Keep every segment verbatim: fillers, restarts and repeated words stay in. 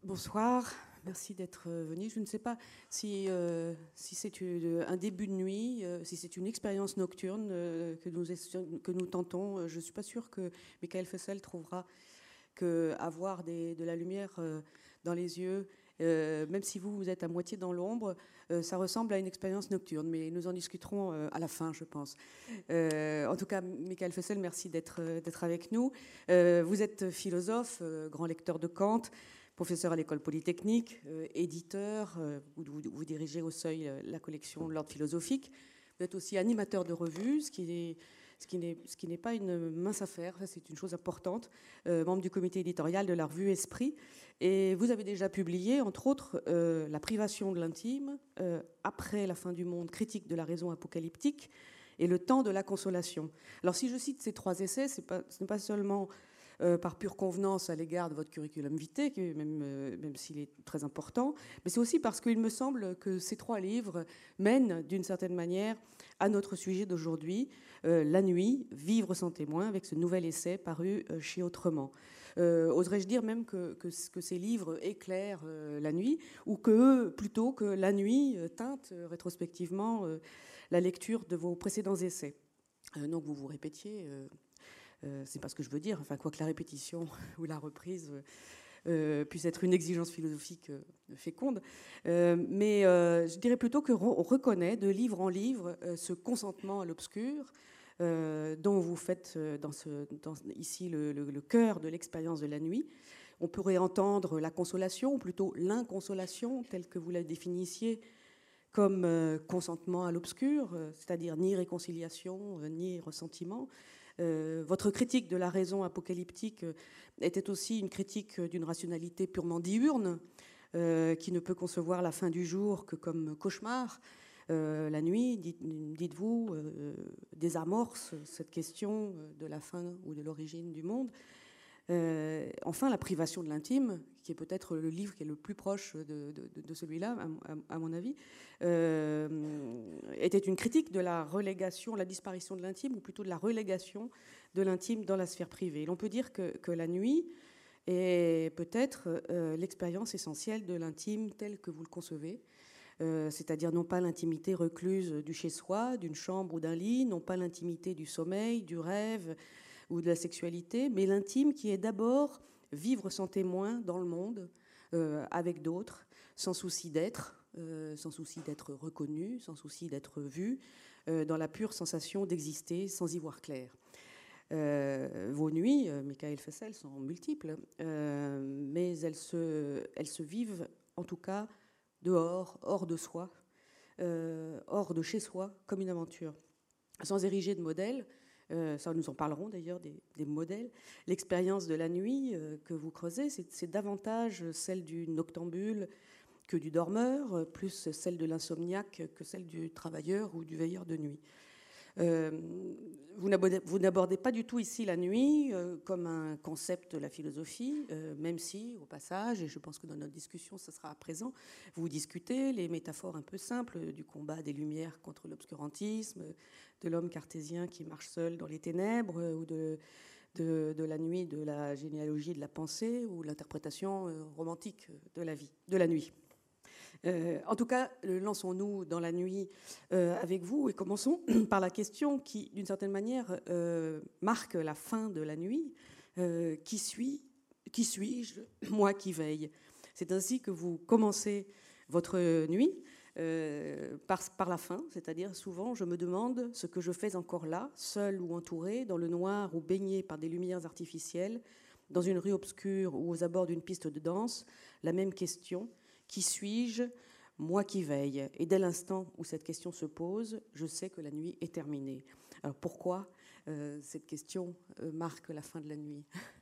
Bonsoir, merci d'être venu. Je ne sais pas si, euh, si c'est une- un début de nuit, euh, si c'est une expérience nocturne euh, que, nous, que nous tentons. Je ne suis pas sûre que Michael Fessel trouvera qu'avoir de la lumière euh, dans les yeux, euh, même si vous, vous êtes à moitié dans l'ombre, euh, ça ressemble à une expérience nocturne. Mais nous en discuterons euh, à la fin, je pense. Euh, en tout cas, Michael Fessel, merci d'être d'être avec nous. Euh, vous êtes philosophe, euh, grand lecteur de Kant, professeur à l'école polytechnique, euh, éditeur, euh, vous, vous, vous dirigez au Seuil euh, la collection L'Ordre philosophique. Vous êtes aussi animateur de revue, ce qui est, ce qui n'est, ce qui n'est pas une mince affaire, ça c'est une chose importante, euh, membre du comité éditorial de la revue Esprit. Et vous avez déjà publié, entre autres, euh, La privation de l'intime, euh, Après la fin du monde, critique de la raison apocalyptique, et Le temps de la consolation. Alors si je cite ces trois essais, c'est pas, ce n'est pas seulement Euh, par pure convenance à l'égard de votre curriculum vitae, même, euh, même s'il est très important, mais c'est aussi parce qu'il me semble que ces trois livres mènent d'une certaine manière à notre sujet d'aujourd'hui, euh, La nuit, vivre sans témoin, avec ce nouvel essai paru euh, chez Autrement. Euh, oserais-je dire même que, que, que ces livres éclairent euh, la nuit, ou que plutôt que la nuit euh, teinte euh, rétrospectivement euh, la lecture de vos précédents essais. Euh, donc vous vous répétiez... Euh, Euh, c'est pas ce que je veux dire, enfin, quoi que la répétition ou la reprise euh, puisse être une exigence philosophique euh, féconde. Euh, mais euh, je dirais plutôt qu'on reconnaît de livre en livre euh, ce consentement à l'obscur euh, dont vous faites euh, dans ce, dans, ici le, le, le cœur de l'expérience de la nuit. On pourrait entendre la consolation, ou plutôt l'inconsolation, telle que vous la définissiez, comme euh, consentement à l'obscur, euh, c'est-à-dire ni réconciliation, euh, ni ressentiment. Euh, votre critique de la raison apocalyptique euh, était aussi une critique d'une rationalité purement diurne, euh, qui ne peut concevoir la fin du jour que comme cauchemar. Euh, la nuit, dites, dites-vous, euh, désamorce cette question de la fin ou de l'origine du monde. Euh, enfin, La privation de l'intime, qui est peut-être le livre qui est le plus proche de, de, de celui-là, à, à, à mon avis, euh, était une critique de la relégation, la disparition de l'intime, ou plutôt de la relégation de l'intime dans la sphère privée. Et l'on peut dire que, que la nuit est peut-être euh, l'expérience essentielle de l'intime tel que vous le concevez, euh, c'est-à-dire non pas l'intimité recluse du chez-soi, d'une chambre ou d'un lit, non pas l'intimité du sommeil, du rêve, ou de la sexualité, mais l'intime qui est d'abord vivre sans témoin dans le monde, euh, avec d'autres, sans souci d'être, euh, sans souci d'être reconnu, sans souci d'être vu, euh, dans la pure sensation d'exister sans y voir clair. Euh, vos nuits, euh, Michael Fessel, sont multiples, euh, mais elles se, elles se vivent en tout cas dehors, hors de soi, euh, hors de chez soi, comme une aventure. Sans ériger de modèle, Euh, ça, nous en parlerons d'ailleurs des, des modèles. L'expérience de la nuit euh, que vous creusez, c'est, c'est davantage celle du noctambule que du dormeur, plus celle de l'insomniaque que celle du travailleur ou du veilleur de nuit. Euh, vous, n'abordez, vous n'abordez pas du tout ici la nuit euh, comme un concept de la philosophie, euh, même si, au passage, et je pense que dans notre discussion, ce sera à présent, vous discutez les métaphores un peu simples du combat des Lumières contre l'obscurantisme, de l'homme cartésien qui marche seul dans les ténèbres, ou de, de, de la nuit, de la généalogie de la pensée, ou l'interprétation euh, romantique de la vie, de la nuit. Euh, en tout cas, lançons-nous dans la nuit euh, avec vous et commençons par la question qui, d'une certaine manière, euh, marque la fin de la nuit. Euh, qui suis, qui suis-je, moi qui veille? C'est ainsi que vous commencez votre nuit, euh, par, par la fin, c'est-à-dire souvent je me demande ce que je fais encore là, seul ou entouré, dans le noir ou baigné par des lumières artificielles, dans une rue obscure ou aux abords d'une piste de danse, la même question. Qui suis-je, moi qui veille? Et dès l'instant où cette question se pose, je sais que la nuit est terminée. Alors pourquoi euh, cette question euh, marque la fin de la nuit?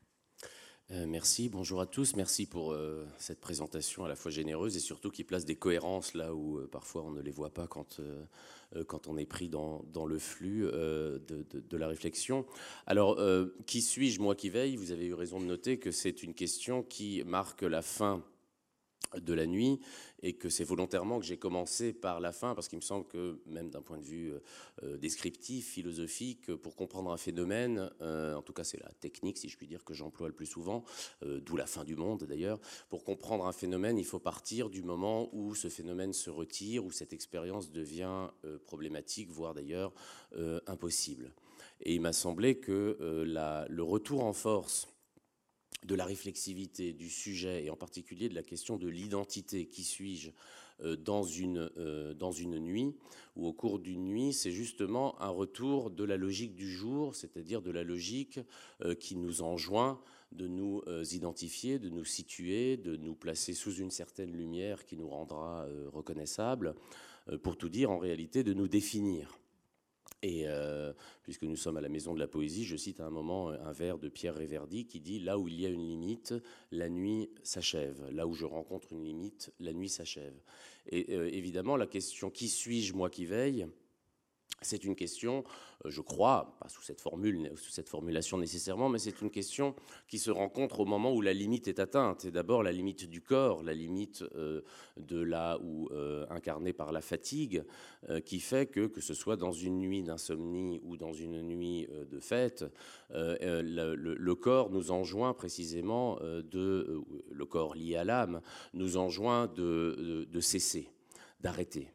Euh, merci, bonjour à tous. Merci pour euh, cette présentation à la fois généreuse et surtout qui place des cohérences là où euh, parfois on ne les voit pas quand, euh, quand on est pris dans, dans le flux euh, de, de, de la réflexion. Alors, euh, qui suis-je, moi qui veille? Vous avez eu raison de noter que c'est une question qui marque la fin de la nuit, et que c'est volontairement que j'ai commencé par la fin, parce qu'il me semble que, même d'un point de vue euh, descriptif, philosophique, pour comprendre un phénomène, euh, en tout cas c'est la technique, si je puis dire, que j'emploie le plus souvent, euh, d'où la fin du monde d'ailleurs, pour comprendre un phénomène, il faut partir du moment où ce phénomène se retire, où cette expérience devient euh, problématique, voire d'ailleurs euh, impossible. Et il m'a semblé que euh, la, le retour en force de la réflexivité du sujet, et en particulier de la question de l'identité, qui suis-je euh, dans une, euh, dans une nuit, ou au cours d'une nuit, c'est justement un retour de la logique du jour, c'est-à-dire de la logique euh, qui nous enjoint de nous euh, identifier, de nous situer, de nous placer sous une certaine lumière qui nous rendra euh, reconnaissables, euh, pour tout dire, en réalité, de nous définir. Et euh, puisque nous sommes à la Maison de la Poésie, je cite à un moment un vers de Pierre Réverdy qui dit « Là où il y a une limite, la nuit s'achève. Là où je rencontre une limite, la nuit s'achève. » Et euh, évidemment, la question « Qui suis-je, moi qui veille ?» c'est une question, je crois, pas sous cette formule, sous cette formulation nécessairement, mais c'est une question qui se rencontre au moment où la limite est atteinte. Et d'abord la limite du corps, la limite euh, de là où euh, incarnée par la fatigue, euh, qui fait que, que ce soit dans une nuit d'insomnie ou dans une nuit euh, de fête, euh, le, le, le corps nous enjoint précisément euh, de, euh, le corps lié à l'âme, nous enjoint de, de, de cesser, d'arrêter.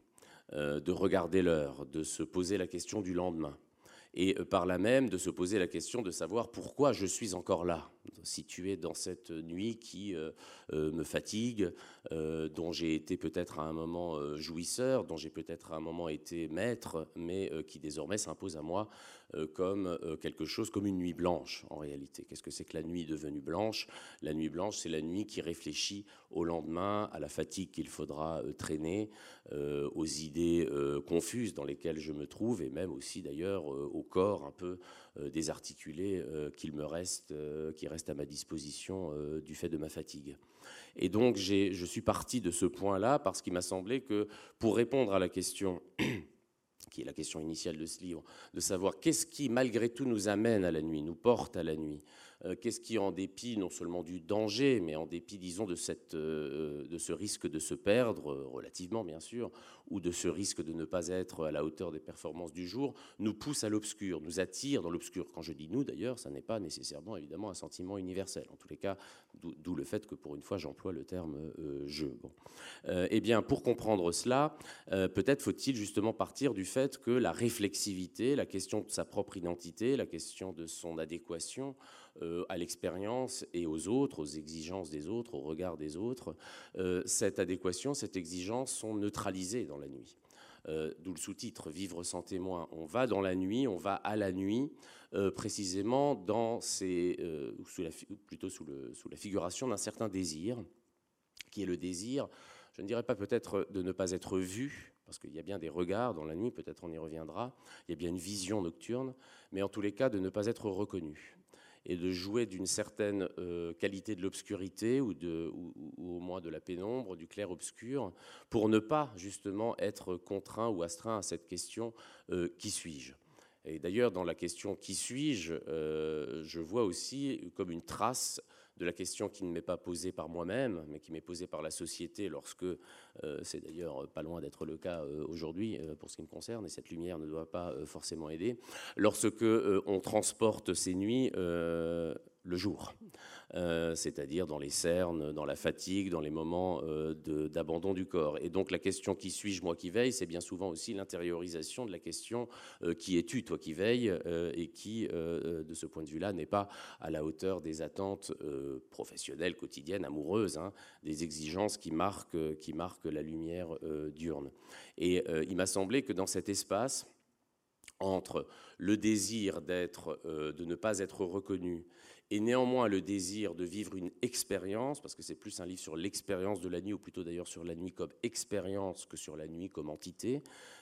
De regarder l'heure, de se poser la question du lendemain, et par là même de se poser la question de savoir pourquoi je suis encore là, situé dans cette nuit qui euh, euh, me fatigue, euh, dont j'ai été peut-être à un moment euh, jouisseur, dont j'ai peut-être à un moment été maître, mais euh, qui désormais s'impose à moi euh, comme euh, quelque chose, comme une nuit blanche en réalité. Qu'est-ce que c'est que la nuit devenue blanche? La nuit blanche, c'est la nuit qui réfléchit au lendemain, à la fatigue qu'il faudra euh, traîner, euh, aux idées euh, confuses dans lesquelles je me trouve, et même aussi d'ailleurs euh, au corps un peu euh, désarticulé euh, qu'il me reste, euh, qui reste à ma disposition euh, du fait de ma fatigue. Et donc j'ai, je suis parti de ce point-là parce qu'il m'a semblé que pour répondre à la question qui est la question initiale de ce livre, de savoir qu'est-ce qui, malgré tout, nous amène à la nuit, nous porte à la nuit. Euh, qu'est-ce qui, en dépit non seulement du danger, mais en dépit, disons, de, cette, euh, de ce risque de se perdre, euh, relativement bien sûr, ou de ce risque de ne pas être à la hauteur des performances du jour, nous pousse à l'obscur, nous attire dans l'obscur. Quand je dis nous, d'ailleurs, ça n'est pas nécessairement, évidemment, un sentiment universel. En tous les cas, d'où le fait que, pour une fois, j'emploie le terme euh, « je ». Bon. Euh, eh bien, pour comprendre cela, euh, peut-être faut-il justement partir du fait que la réflexivité, la question de sa propre identité, la question de son adéquation euh, à l'expérience et aux autres, aux exigences des autres, au regard des autres, euh, cette adéquation, cette exigence sont neutralisées dans la nuit. Euh, d'où le sous-titre « Vivre sans témoin ». On va dans la nuit, on va à la nuit, euh, précisément dans ces, euh, sous la, plutôt sous, le, sous la figuration d'un certain désir, qui est le désir, je ne dirais pas peut-être de ne pas être vu, parce qu'il y a bien des regards dans la nuit, peut-être on y reviendra, il y a bien une vision nocturne, mais en tous les cas de ne pas être reconnu, et de jouer d'une certaine euh, qualité de l'obscurité ou, de, ou, ou au moins de la pénombre, du clair-obscur, pour ne pas justement être contraint ou astreint à cette question euh, « qui suis-je » ? Et d'ailleurs, dans la question « qui suis-je euh, », je vois aussi comme une trace de la question qui ne m'est pas posée par moi-même, mais qui m'est posée par la société, lorsque, euh, c'est d'ailleurs pas loin d'être le cas euh, aujourd'hui euh, pour ce qui me concerne, et cette lumière ne doit pas euh, forcément aider, lorsque euh, on transporte ces nuits euh, le jour, euh, c'est-à-dire dans les cernes, dans la fatigue, dans les moments euh, d'abandon du corps. Et donc la question « qui suis-je, moi qui veille ?» c'est bien souvent aussi l'intériorisation de la question euh, « qui es-tu, toi qui veilles euh, ?» et qui, euh, de ce point de vue-là, n'est pas à la hauteur des attentes euh, professionnelles, quotidiennes, amoureuses, hein, des exigences qui marquent, qui marquent la lumière euh, diurne. Et euh, il m'a semblé que dans cet espace, entre le désir d'être, euh, de ne pas être reconnu, et néanmoins le désir de vivre une expérience, parce que c'est plus un livre sur l'expérience de la nuit, ou plutôt d'ailleurs sur la nuit comme expérience que sur la nuit comme entité,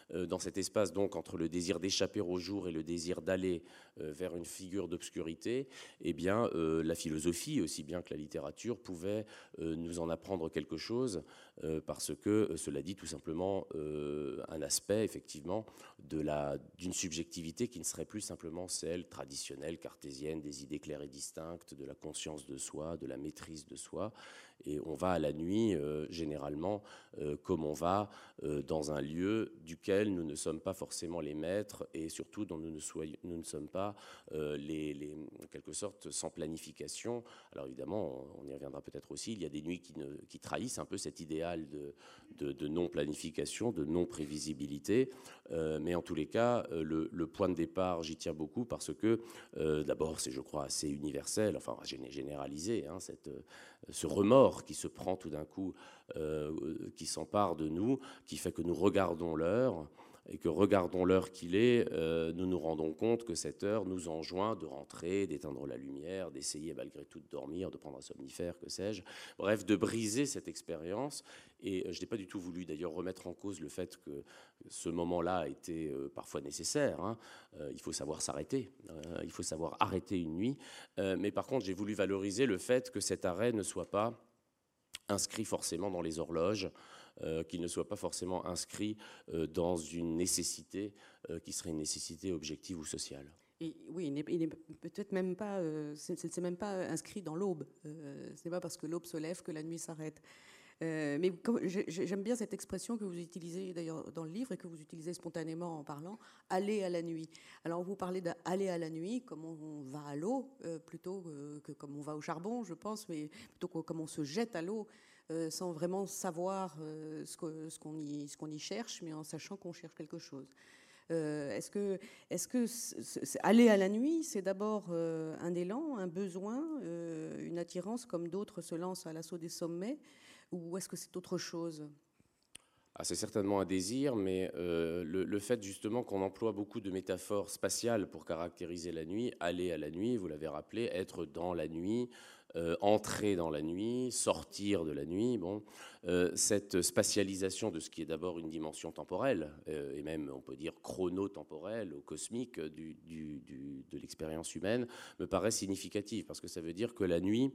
euh, dans cet espace donc entre le désir d'échapper au jour et le désir d'aller euh, vers une figure d'obscurité, eh bien euh, la philosophie, aussi bien que la littérature, pouvait euh, nous en apprendre quelque chose, euh, parce que euh, cela dit tout simplement euh, un aspect effectivement de la, d'une subjectivité qui ne serait plus simplement celle traditionnelle, cartésienne, des idées claires et distinctes, de la conscience de soi, de la maîtrise de soi. Et on va à la nuit, euh, généralement, euh, comme on va euh, dans un lieu duquel nous ne sommes pas forcément les maîtres et surtout dont nous ne, soyons, nous ne sommes pas, euh, les, les, en quelque sorte, sans planification. Alors évidemment, on, on y reviendra peut-être aussi, il y a des nuits qui, ne, qui trahissent un peu cet idéal de, de, de non-planification, de non-prévisibilité. Euh, mais en tous les cas, euh, le, le point de départ, j'y tiens beaucoup parce que, euh, d'abord, c'est, je crois, assez universel, enfin, généralisé, hein, cette, ce remords qui se prend tout d'un coup, euh, qui s'empare de nous, qui fait que nous regardons l'heure, et que regardons l'heure qu'il est, euh, nous nous rendons compte que cette heure nous enjoint de rentrer, d'éteindre la lumière, d'essayer malgré tout de dormir, de prendre un somnifère, que sais-je, bref, de briser cette expérience. Et je n'ai pas du tout voulu d'ailleurs remettre en cause le fait que ce moment-là a été euh, parfois nécessaire, hein. Euh, il faut savoir s'arrêter, euh, il faut savoir arrêter une nuit, euh, mais par contre j'ai voulu valoriser le fait que cet arrêt ne soit pas inscrit forcément dans les horloges, euh, qu'il ne soit pas forcément inscrit euh, dans une nécessité euh, qui serait une nécessité objective ou sociale. Et oui, il n'est, il n'est peut-être même pas, euh, c'est, c'est même pas inscrit dans l'aube. Euh, ce n'est pas parce que l'aube se lève que la nuit s'arrête. Euh, mais comme, j'aime bien cette expression que vous utilisez d'ailleurs dans le livre et que vous utilisez spontanément en parlant, aller à la nuit. Alors vous parlez d'aller à la nuit comme on va à l'eau, euh, plutôt que comme on va au charbon, je pense, mais plutôt que comme on se jette à l'eau, euh, sans vraiment savoir euh, ce, que, ce, qu'on y, ce qu'on y cherche, mais en sachant qu'on cherche quelque chose. Euh, est-ce que, est-ce que c'est, c'est, aller à la nuit, c'est d'abord euh, un élan, un besoin, euh, une attirance, comme d'autres se lancent à l'assaut des sommets, ou est-ce que c'est autre chose ? Ah, c'est certainement un désir, mais euh, le, le fait justement qu'on emploie beaucoup de métaphores spatiales pour caractériser la nuit, aller à la nuit, vous l'avez rappelé, être dans la nuit, euh, entrer dans la nuit, sortir de la nuit, bon, euh, cette spatialisation de ce qui est d'abord une dimension temporelle, euh, et même on peut dire chrono-temporelle ou cosmique du, du, du, de l'expérience humaine, me paraît significative, parce que ça veut dire que la nuit,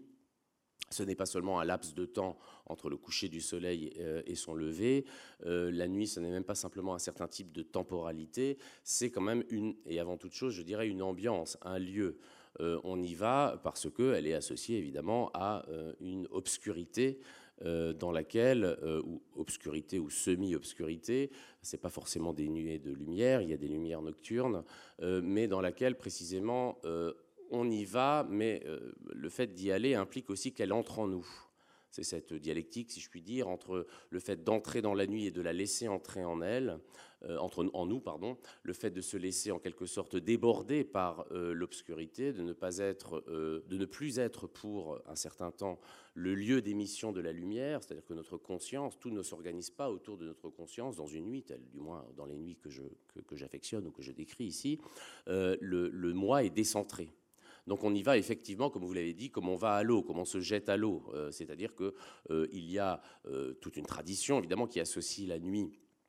ce n'est pas seulement un laps de temps entre le coucher du soleil et son lever. Euh, la nuit, ce n'est même pas simplement un certain type de temporalité. C'est quand même une, et avant toute chose, je dirais une ambiance, un lieu. Euh, on y va parce qu'elle est associée évidemment à euh, une obscurité euh, dans laquelle, euh, ou obscurité ou semi-obscurité, c'est pas forcément des nuées de lumière, il y a des lumières nocturnes, euh, mais dans laquelle précisément euh, on y va, mais euh, le fait d'y aller implique aussi qu'elle entre en nous. C'est cette dialectique, si je puis dire, entre le fait d'entrer dans la nuit et de la laisser entrer en elle, euh, entre, en nous, pardon, le fait de se laisser en quelque sorte déborder par euh, l'obscurité, de ne pas être, euh, de ne plus être pour un certain temps le lieu d'émission de la lumière, c'est-à-dire que notre conscience, tout ne s'organise pas autour de notre conscience dans une nuit, telle, du moins dans les nuits que, je, que, que j'affectionne ou que je décris ici, euh, le, le moi est décentré. Donc on y va effectivement, comme vous l'avez dit, comme on va à l'eau, comme on se jette à l'eau. Euh, c'est-à-dire qu'il euh, y a euh, toute une tradition, évidemment, qui associe la nuit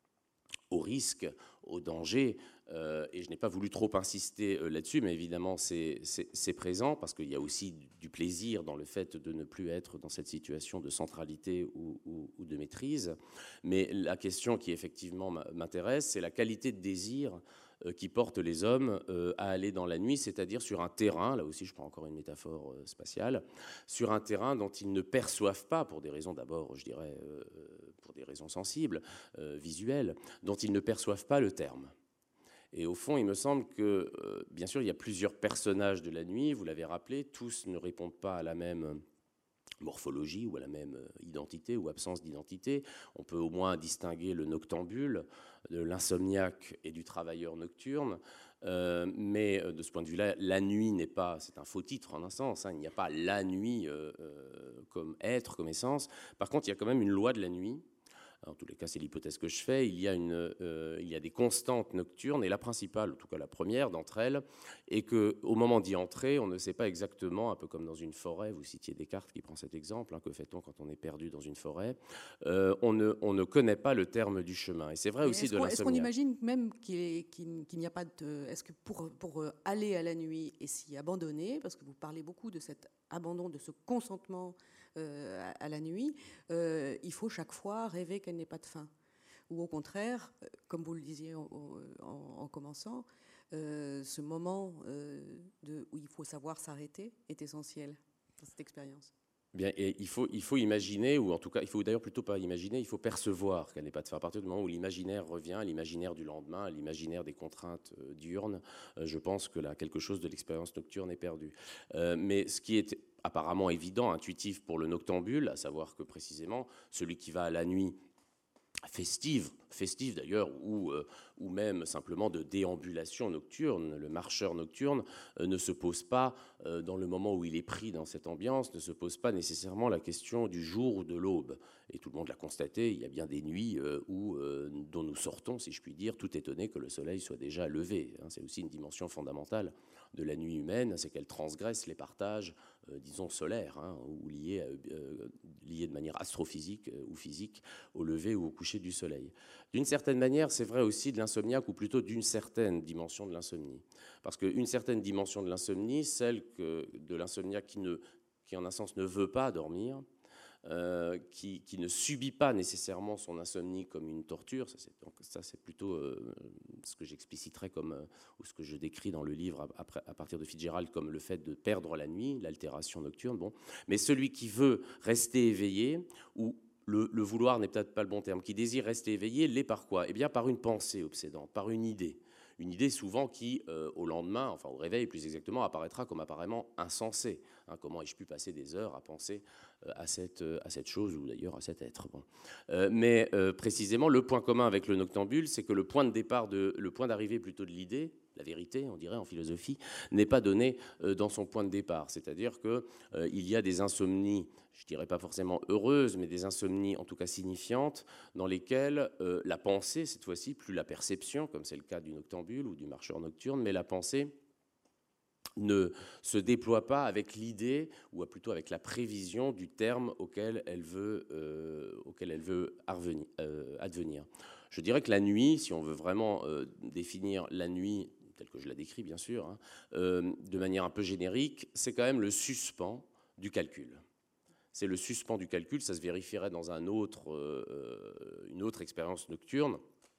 au risque, au danger. Euh, et je n'ai pas voulu trop insister euh, là-dessus, mais évidemment, c'est, c'est, c'est présent, parce qu'il y a aussi du, du plaisir dans le fait de ne plus être dans cette situation de centralité ou, ou, ou de maîtrise. Mais la question qui effectivement m'intéresse, c'est la qualité de désir qui porte les hommes euh, à aller dans la nuit, c'est-à-dire sur un terrain, là aussi je prends encore une métaphore euh, spatiale, sur un terrain dont ils ne perçoivent pas, pour des raisons d'abord, je dirais, euh, pour des raisons sensibles, euh, visuelles, dont ils ne perçoivent pas le terme. Et au fond, il me semble que, euh, bien sûr, il y a plusieurs personnages de la nuit, vous l'avez rappelé, tous ne répondent pas à la même morphologie ou à la même identité ou absence d'identité. On peut au moins distinguer le noctambule, de l'insomniaque et du travailleur nocturne. Euh, mais de ce point de vue-là, la nuit n'est pas, c'est un faux titre en un sens, hein, il n'y a pas la nuit euh, euh, comme être, comme essence. Par contre, il y a quand même une loi de la nuit, en tous les cas c'est l'hypothèse que je fais, il y a, une, euh, il y a des constantes nocturnes, et la principale, en tout cas la première d'entre elles, est qu'au moment d'y entrer, on ne sait pas exactement, un peu comme dans une forêt, vous citiez Descartes qui prend cet exemple, hein, que fait-on quand on est perdu dans une forêt, euh, on, ne, on ne connaît pas le terme du chemin. Et c'est vrai Mais aussi de est-ce qu'on, est-ce qu'on l'insomniaque. imagine même qu'il, est- qu'il- qu'il n'y a pas de... Est-ce que pour, pour aller à la nuit et s'y abandonner, parce que vous parlez beaucoup de cet abandon, de ce consentement euh, à, à la nuit, euh, il faut chaque fois rêver qu'elle n'ait pas de fin? Ou au contraire, euh, comme vous le disiez en, en- en commençant, euh, ce moment euh, de, où il faut savoir s'arrêter est essentiel dans cette expérience. Bien, et il faut, il faut imaginer, ou en tout cas, il faut d'ailleurs plutôt pas imaginer, il faut percevoir qu'elle n'est pas de fin. À partir du moment où l'imaginaire revient, l'imaginaire du lendemain, l'imaginaire des contraintes euh, diurnes, euh, je pense que là, quelque chose de l'expérience nocturne est perdu. Euh, mais ce qui est apparemment évident, intuitif pour le noctambule, à savoir que précisément, celui qui va à la nuit festive, festive d'ailleurs, ou, euh, ou même simplement de déambulation nocturne. Le marcheur nocturne euh, ne se pose pas, euh, dans le moment où il est pris dans cette ambiance, ne se pose pas nécessairement la question du jour ou de l'aube. Et tout le monde l'a constaté, il y a bien des nuits euh, où, euh, dont nous sortons, si je puis dire, tout étonné que le soleil soit déjà levé. Hein, c'est aussi une dimension fondamentale de la nuit humaine, c'est qu'elle transgresse les partages, euh, disons, solaires, hein, ou liés, à, euh, liés de manière astrophysique euh, ou physique au lever ou au coucher du soleil. D'une certaine manière, c'est vrai aussi de l'insomniaque, ou plutôt d'une certaine dimension de l'insomnie. Parce qu'une certaine dimension de l'insomnie, celle que, de l'insomniaque qui, ne, qui, en un sens, ne veut pas dormir, euh, qui, qui ne subit pas nécessairement son insomnie comme une torture, ça c'est, donc, ça, c'est plutôt euh, ce que j'expliciterai comme, euh, ou ce que je décris dans le livre à, après, à partir de Fitzgerald comme le fait de perdre la nuit, l'altération nocturne. Bon. Mais celui qui veut rester éveillé, ou Le, le vouloir n'est peut-être pas le bon terme, qui désire rester éveillé, l'est par quoi? Eh bien, par une pensée obsédante, par une idée. Une idée souvent qui, euh, au lendemain, enfin au réveil plus exactement, apparaîtra comme apparemment insensée. Hein, comment ai-je pu passer des heures à penser euh, à, cette, euh, à cette chose, ou d'ailleurs à cet être? Bon. Euh, mais euh, précisément, le point commun avec le noctambule, c'est que le point de départ, de, le point d'arrivée plutôt de l'idée, la vérité, on dirait en philosophie, n'est pas donné euh, dans son point de départ. C'est-à-dire qu'il euh, y a des insomnies, je dirais pas forcément heureuses, mais des insomnies en tout cas signifiantes, dans lesquelles euh, la pensée, cette fois-ci, plus la perception, comme c'est le cas du noctambule ou du marcheur nocturne, mais la pensée ne se déploie pas avec l'idée, ou plutôt avec la prévision du terme auquel elle veut, euh, auquel elle veut arvenir, euh, advenir. Je dirais que la nuit, si on veut vraiment euh, définir la nuit telle que je la décris bien sûr, hein, euh, de manière un peu générique, c'est quand même le suspens du calcul. C'est le suspens du calcul, ça se vérifierait dans un autre, euh, une autre expérience nocturne,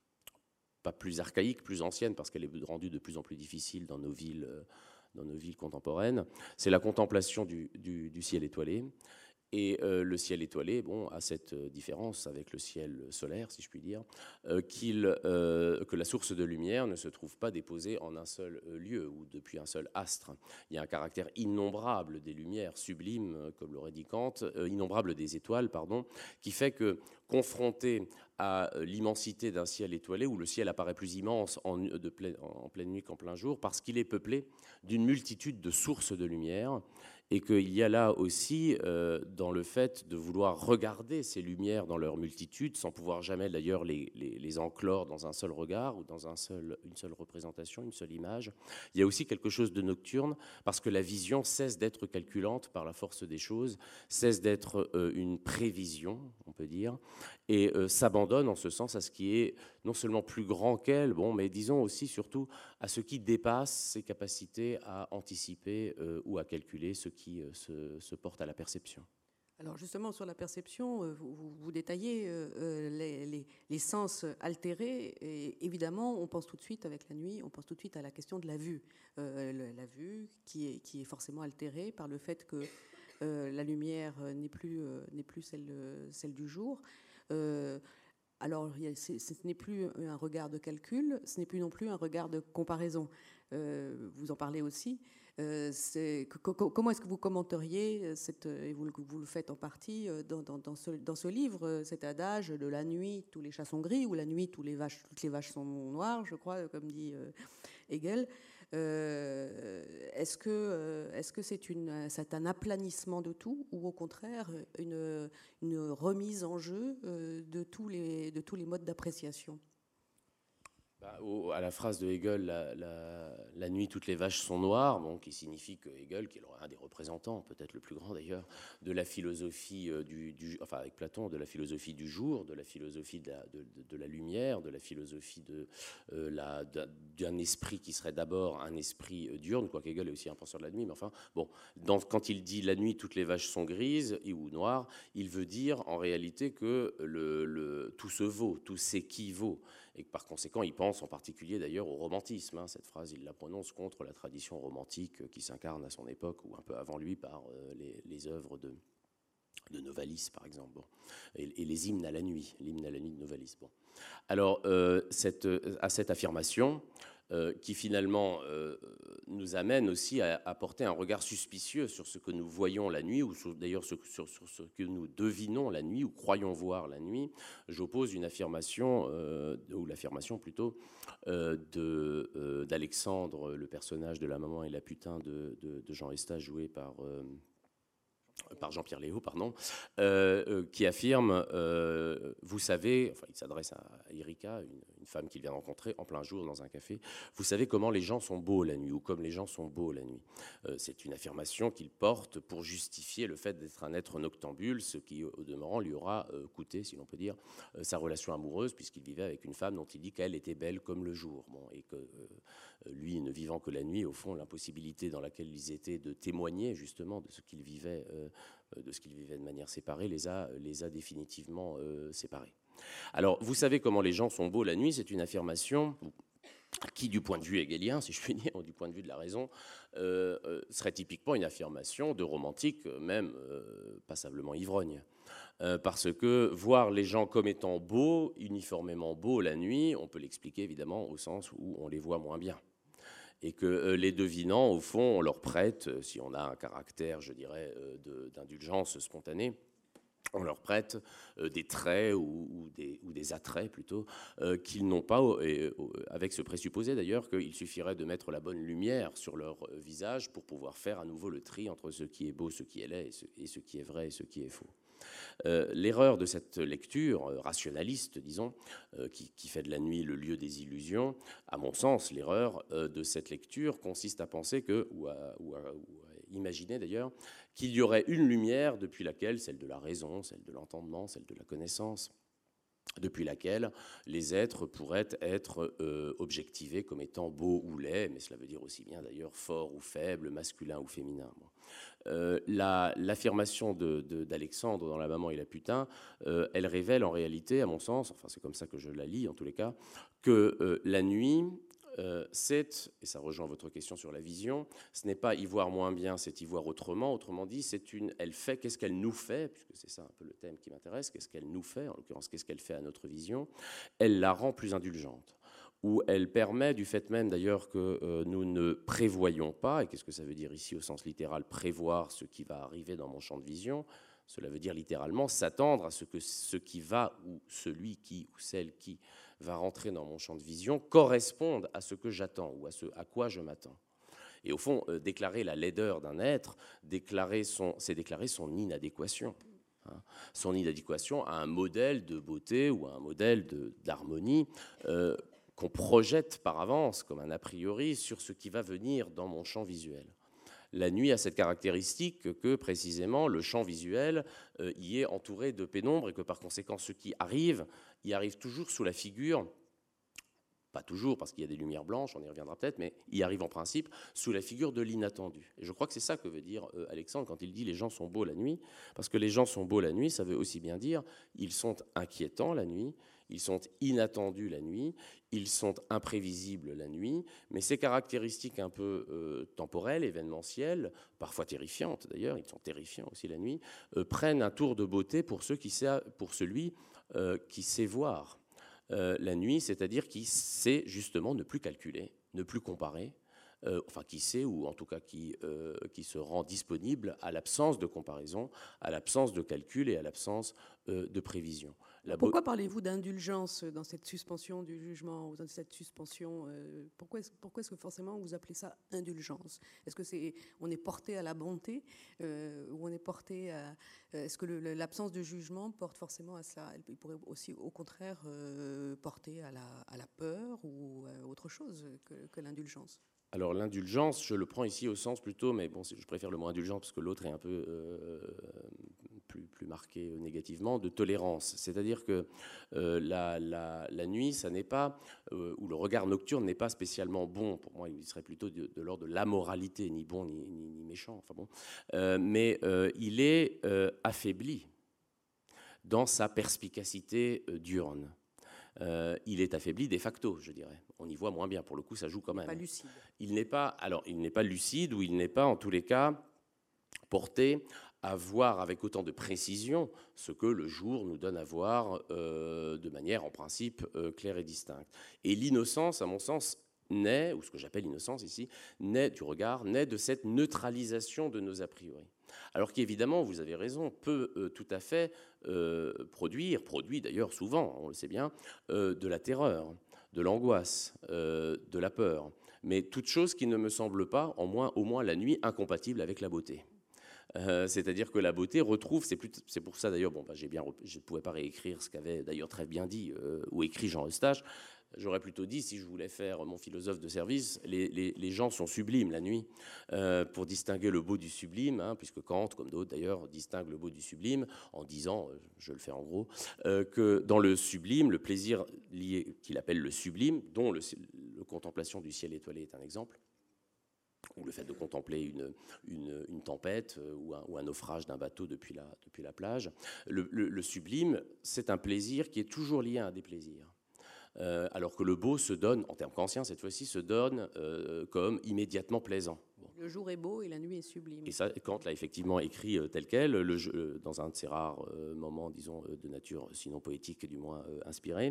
pas plus archaïque, plus ancienne, parce qu'elle est rendue de plus en plus difficile dans nos villes, dans nos villes contemporaines. C'est la contemplation du, du, du ciel étoilé. Et euh, le ciel étoilé, bon, a cette différence avec le ciel solaire, si je puis dire, euh, qu'il, euh, que la source de lumière ne se trouve pas déposée en un seul lieu ou depuis un seul astre. Il y a un caractère innombrable des lumières sublimes, comme l'aurait dit Kant, euh, innombrable des étoiles, pardon, qui fait que, confronté à l'immensité d'un ciel étoilé, où le ciel apparaît plus immense en, de pleine, en pleine nuit qu'en plein jour, parce qu'il est peuplé d'une multitude de sources de lumière, et qu'il y a là aussi, euh, dans le fait de vouloir regarder ces lumières dans leur multitude, sans pouvoir jamais d'ailleurs les, les, les enclore dans un seul regard ou dans un seul, une seule représentation, une seule image, il y a aussi quelque chose de nocturne, parce que la vision cesse d'être calculante par la force des choses, cesse d'être euh, une prévision, on peut dire, et euh, s'abandonne en ce sens à ce qui est non seulement plus grand qu'elle, bon, mais disons aussi surtout à ce qui dépasse ses capacités à anticiper euh, ou à calculer ce qui euh, se, se porte à la perception. Alors justement, sur la perception, vous, vous, vous détaillez euh, les, les, les sens altérés, et évidemment, on pense tout de suite, avec la nuit, on pense tout de suite à la question de la vue. Euh, la vue qui est, qui est forcément altérée par le fait que euh, la lumière n'est plus, euh, n'est plus celle, celle du jour. Euh, alors, ce n'est plus un regard de calcul, ce n'est plus non plus un regard de comparaison. Euh, vous en parlez aussi. Euh, c'est, comment est-ce que vous commenteriez, cette, et vous, vous le faites en partie dans, dans, dans, ce, dans ce livre, cet adage de la nuit, tous les chats sont gris, ou la nuit, tous les vaches, toutes les vaches sont noires, je crois, comme dit euh, Hegel. Euh, est-ce que euh, est-ce que c'est une c'est un aplanissement de tout ou au contraire une, une remise en jeu euh, de tous les de tous les modes d'appréciation? Bah, au, à la phrase de Hegel, la, la, la nuit, toutes les vaches sont noires, bon, qui signifie que Hegel, qui est un des représentants, peut-être le plus grand d'ailleurs, de la philosophie euh, du, du, enfin avec Platon, de la philosophie du jour, de la philosophie de la, de, de, de la lumière, de la philosophie de, euh, la, d'un esprit qui serait d'abord un esprit euh, diurne, quoique Hegel est aussi un penseur de la nuit, mais enfin, bon, dans, quand il dit la nuit, toutes les vaches sont grises et, ou noires, il veut dire en réalité que le, le, tout se vaut, tout s'équivaut. Et que par conséquent, il pense en particulier d'ailleurs au romantisme. Hein. Cette phrase, il la prononce contre la tradition romantique qui s'incarne à son époque ou un peu avant lui par euh, les, les œuvres de, de Novalis, par exemple. Bon. Et, et les hymnes à la nuit, l'hymne à la nuit de Novalis. Bon. Alors, euh, cette, à cette affirmation, euh, qui finalement euh, nous amène aussi à, à porter un regard suspicieux sur ce que nous voyons la nuit, ou d'ailleurs sur, sur, sur ce que nous devinons la nuit, ou croyons voir la nuit, j'oppose une affirmation, euh, ou l'affirmation plutôt, euh, de, euh, d'Alexandre, le personnage de la maman et la putain de, de, de Jean Eustache, joué par... Euh, par Jean-Pierre Léaud, pardon, euh, euh, qui affirme, euh, vous savez, enfin il s'adresse à Erika, une, une femme qu'il vient de rencontrer en plein jour dans un café, vous savez comment les gens sont beaux la nuit, ou comme les gens sont beaux la nuit. Euh, c'est une affirmation qu'il porte pour justifier le fait d'être un être noctambule, ce qui, au demeurant, lui aura euh, coûté, si l'on peut dire, euh, sa relation amoureuse, puisqu'il vivait avec une femme dont il dit qu'elle était belle comme le jour, bon, et que euh, lui, ne vivant que la nuit, au fond, l'impossibilité dans laquelle ils étaient de témoigner justement de ce qu'ils vivaient euh, de ce qu'ils vivaient de manière séparée, les a, les a définitivement euh, séparés. Alors, vous savez comment les gens sont beaux la nuit, c'est une affirmation qui, du point de vue hegelien, si je puis dire, ou du point de vue de la raison, euh, euh, serait typiquement une affirmation de romantique, même euh, passablement ivrogne. Euh, parce que voir les gens comme étant beaux, uniformément beaux la nuit, on peut l'expliquer évidemment au sens où on les voit moins bien. Et que euh, les devinants, au fond, on leur prête, euh, si on a un caractère, je dirais, euh, de, d'indulgence spontanée, on leur prête euh, des traits ou, ou, des, ou des attraits plutôt euh, qu'ils n'ont pas, et, avec ce présupposé d'ailleurs qu'il suffirait de mettre la bonne lumière sur leur visage pour pouvoir faire à nouveau le tri entre ce qui est beau, ce qui est laid, et ce, et ce qui est vrai et ce qui est faux. Euh, l'erreur de cette lecture euh, rationaliste, disons, euh, qui, qui fait de la nuit le lieu des illusions, à mon sens, l'erreur euh, de cette lecture consiste à penser que, ou à, ou à, ou à imaginer d'ailleurs, qu'il y aurait une lumière depuis laquelle, celle de la raison, celle de l'entendement, celle de la connaissance, depuis laquelle les êtres pourraient être euh, objectivés comme étant beaux ou laids, mais cela veut dire aussi bien d'ailleurs fort ou faible, masculin ou féminin. Bon. Euh, la, l'affirmation de, de, d'Alexandre dans La maman et la putain, euh, elle révèle en réalité, à mon sens, enfin c'est comme ça que je la lis en tous les cas, que euh, la nuit, euh, c'est, et ça rejoint votre question sur la vision, ce n'est pas y voir moins bien, c'est y voir autrement. Autrement dit, c'est une, elle fait, qu'est-ce qu'elle nous fait, puisque c'est ça un peu le thème qui m'intéresse, qu'est-ce qu'elle nous fait, en l'occurrence, qu'est-ce qu'elle fait à notre vision, elle la rend plus indulgente. Où elle permet, du fait même d'ailleurs que euh, nous ne prévoyons pas, et qu'est-ce que ça veut dire ici au sens littéral, prévoir ce qui va arriver dans mon champ de vision, cela veut dire littéralement s'attendre à ce que ce qui va, ou celui qui, ou celle qui va rentrer dans mon champ de vision, corresponde à ce que j'attends, ou à ce à quoi je m'attends. Et au fond, euh, déclarer la laideur d'un être, déclarer son, c'est déclarer son inadéquation. Hein, son inadéquation à un modèle de beauté ou à un modèle de, d'harmonie euh, qu'on projette par avance comme un a priori sur ce qui va venir dans mon champ visuel. La nuit a cette caractéristique que, précisément, le champ visuel euh, y est entouré de pénombre et que, par conséquent, ce qui arrive, y arrive toujours sous la figure, pas toujours parce qu'il y a des lumières blanches, on y reviendra peut-être, mais y arrive en principe sous la figure de l'inattendu. Et je crois que c'est ça que veut dire euh, Alexandre quand il dit « les gens sont beaux la nuit », parce que les gens sont beaux la nuit, ça veut aussi bien dire ils sont inquiétants la nuit, ils sont inattendus la nuit, ils sont imprévisibles la nuit, mais ces caractéristiques un peu euh, temporelles, événementielles, parfois terrifiantes d'ailleurs, ils sont terrifiants aussi la nuit, euh, prennent un tour de beauté pour, ceux qui sait, pour celui euh, qui sait voir euh, la nuit, c'est-à-dire qui sait justement ne plus calculer, ne plus comparer, euh, enfin qui sait, ou en tout cas qui, euh, qui se rend disponible à l'absence de comparaison, à l'absence de calcul et à l'absence euh, de prévision. La pourquoi parlez-vous d'indulgence dans cette suspension du jugement, ou dans cette suspension euh, Pourquoi est-ce, pourquoi est-ce que forcément vous appelez ça indulgence? Est-ce que c'est on est porté à la bonté euh, ou on est porté à est-ce que le, l'absence de jugement porte forcément à cela? Il pourrait aussi au contraire euh, porter à la, à la peur ou à autre chose que, que l'indulgence. Alors l'indulgence, je le prends ici au sens plutôt, mais bon, je préfère le mot indulgent parce que l'autre est un peu euh, plus, plus marqué négativement, de tolérance. C'est-à-dire que euh, la, la, la nuit, ça n'est pas, euh, ou le regard nocturne n'est pas spécialement bon. Pour moi, il serait plutôt de, de l'ordre de l'amoralité, ni bon ni, ni, ni méchant. Enfin bon, euh, mais euh, il est euh, affaibli dans sa perspicacité euh, diurne. Euh, il est affaibli de facto, je dirais. On y voit moins bien. Pour le coup, ça joue quand même. Il n'est pas lucide. Il n'est pas, alors, il n'est pas lucide, ou il n'est pas, en tous les cas, porté à voir avec autant de précision ce que le jour nous donne à voir euh, de manière, en principe, euh, claire et distincte. Et l'innocence, à mon sens, naît, ou ce que j'appelle l'innocence ici, naît du regard, naît de cette neutralisation de nos a priori. Alors qu'évidemment, vous avez raison, peut euh, tout à fait euh, produire, produit d'ailleurs souvent, on le sait bien, euh, de la terreur, de l'angoisse, euh, de la peur, mais toute chose qui ne me semble pas, en moins, au moins la nuit, incompatible avec la beauté. Euh, c'est-à-dire que la beauté retrouve, c'est, plus, c'est pour ça d'ailleurs, bon, bah, j'ai bien, je ne pouvais pas réécrire ce qu'avait d'ailleurs très bien dit euh, ou écrit Jean Eustache. J'aurais plutôt dit, si je voulais faire mon philosophe de service, les, les, les gens sont sublimes la nuit, euh, pour distinguer le beau du sublime, hein, puisque Kant, comme d'autres d'ailleurs, distingue le beau du sublime, en disant, euh, je le fais en gros, euh, que dans le sublime, le plaisir lié, qu'il appelle le sublime, dont le, le contemplation du ciel étoilé est un exemple, ou le fait de contempler une, une, une tempête ou un, ou un naufrage d'un bateau depuis la, depuis la plage, le, le, le sublime, c'est un plaisir qui est toujours lié à un déplaisir. Euh, alors que le beau se donne, en termes kantiens cette fois-ci, se donne euh, comme immédiatement plaisant. Bon. Le jour est beau et la nuit est sublime. Et ça, Kant l'a effectivement écrit euh, tel quel, le jeu, dans un de ses rares euh, moments, disons, euh, de nature, sinon poétique, du moins euh, inspirée.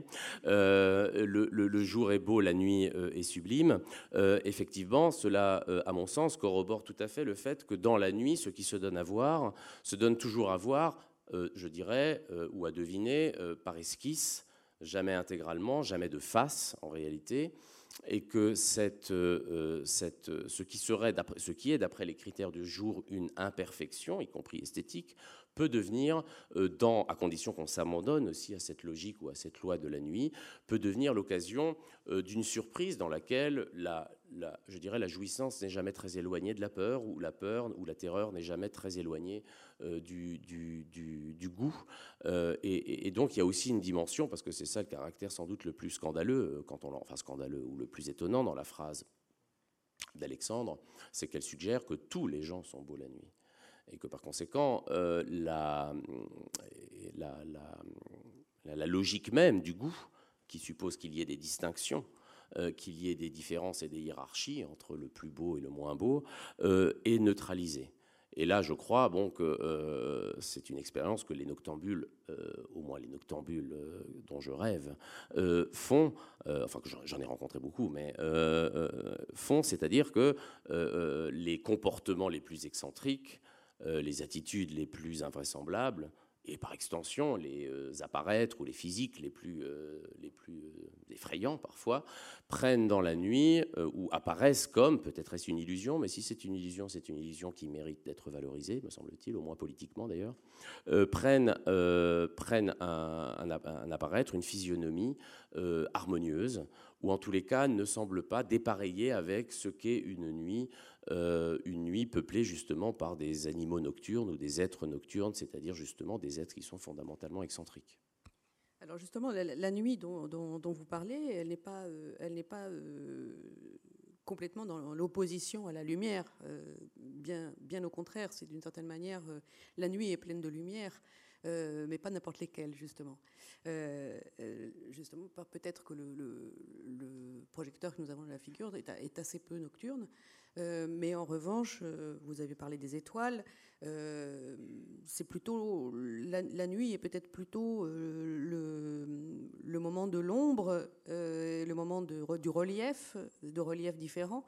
Euh, le, le, le jour est beau, la nuit euh, est sublime. Euh, effectivement, cela, euh, à mon sens, corrobore tout à fait le fait que dans la nuit, ce qui se donne à voir, se donne toujours à voir, euh, je dirais, euh, ou à deviner, euh, par esquisse, jamais intégralement, jamais de face en réalité, et que cette, euh, cette, ce, qui serait, ce qui est, d'après les critères du jour, une imperfection, y compris esthétique, peut devenir, euh, dans, à condition qu'on s'abandonne aussi à cette logique ou à cette loi de la nuit, peut devenir l'occasion euh, d'une surprise dans laquelle la, la, je dirais, la jouissance n'est jamais très éloignée de la peur, ou la peur ou la terreur n'est jamais très éloignée euh, du, du, du, du goût. Euh, et, et donc il y a aussi une dimension, parce que c'est ça le caractère sans doute le plus scandaleux, quand on, enfin scandaleux ou le plus étonnant dans la phrase d'Alexandre, c'est qu'elle suggère que tous les gens sont beaux la nuit. Et que par conséquent, euh, la, la, la, la logique même du goût, qui suppose qu'il y ait des distinctions, euh, qu'il y ait des différences et des hiérarchies entre le plus beau et le moins beau, euh, est neutralisée. Et là, je crois bon, que euh, c'est une expérience que les noctambules, euh, au moins les noctambules euh, dont je rêve, euh, font, euh, enfin que j'en ai rencontré beaucoup, mais euh, euh, font, c'est-à-dire que euh, les comportements les plus excentriques, Euh, les attitudes les plus invraisemblables, et par extension les euh, apparaître ou les physiques les plus, euh, les plus euh, effrayants parfois, prennent dans la nuit euh, ou apparaissent comme, peut-être est-ce une illusion, mais si c'est une illusion, c'est une illusion qui mérite d'être valorisée, me semble-t-il, au moins politiquement d'ailleurs, euh, prennent, euh, prennent un, un, un apparaître, une physionomie euh, harmonieuse, ou en tous les cas ne semble pas dépareiller avec ce qu'est une nuit, euh, une nuit peuplée justement par des animaux nocturnes ou des êtres nocturnes, c'est-à-dire justement des êtres qui sont fondamentalement excentriques. Alors justement, la, la nuit dont, dont, dont vous parlez, elle n'est pas, euh, elle n'est pas euh, complètement dans l'opposition à la lumière. Euh, bien, bien au contraire, c'est d'une certaine manière, euh, la nuit est pleine de lumière. Euh, mais pas n'importe lesquels, justement. Euh, euh, justement, peut-être que le, le, le projecteur que nous avons dans la figure est, est assez peu nocturne, euh, mais en revanche, euh, vous avez parlé des étoiles, euh, c'est plutôt, la, la nuit est peut-être plutôt euh, le, le moment de l'ombre, euh, le moment de, du relief, de reliefs différents.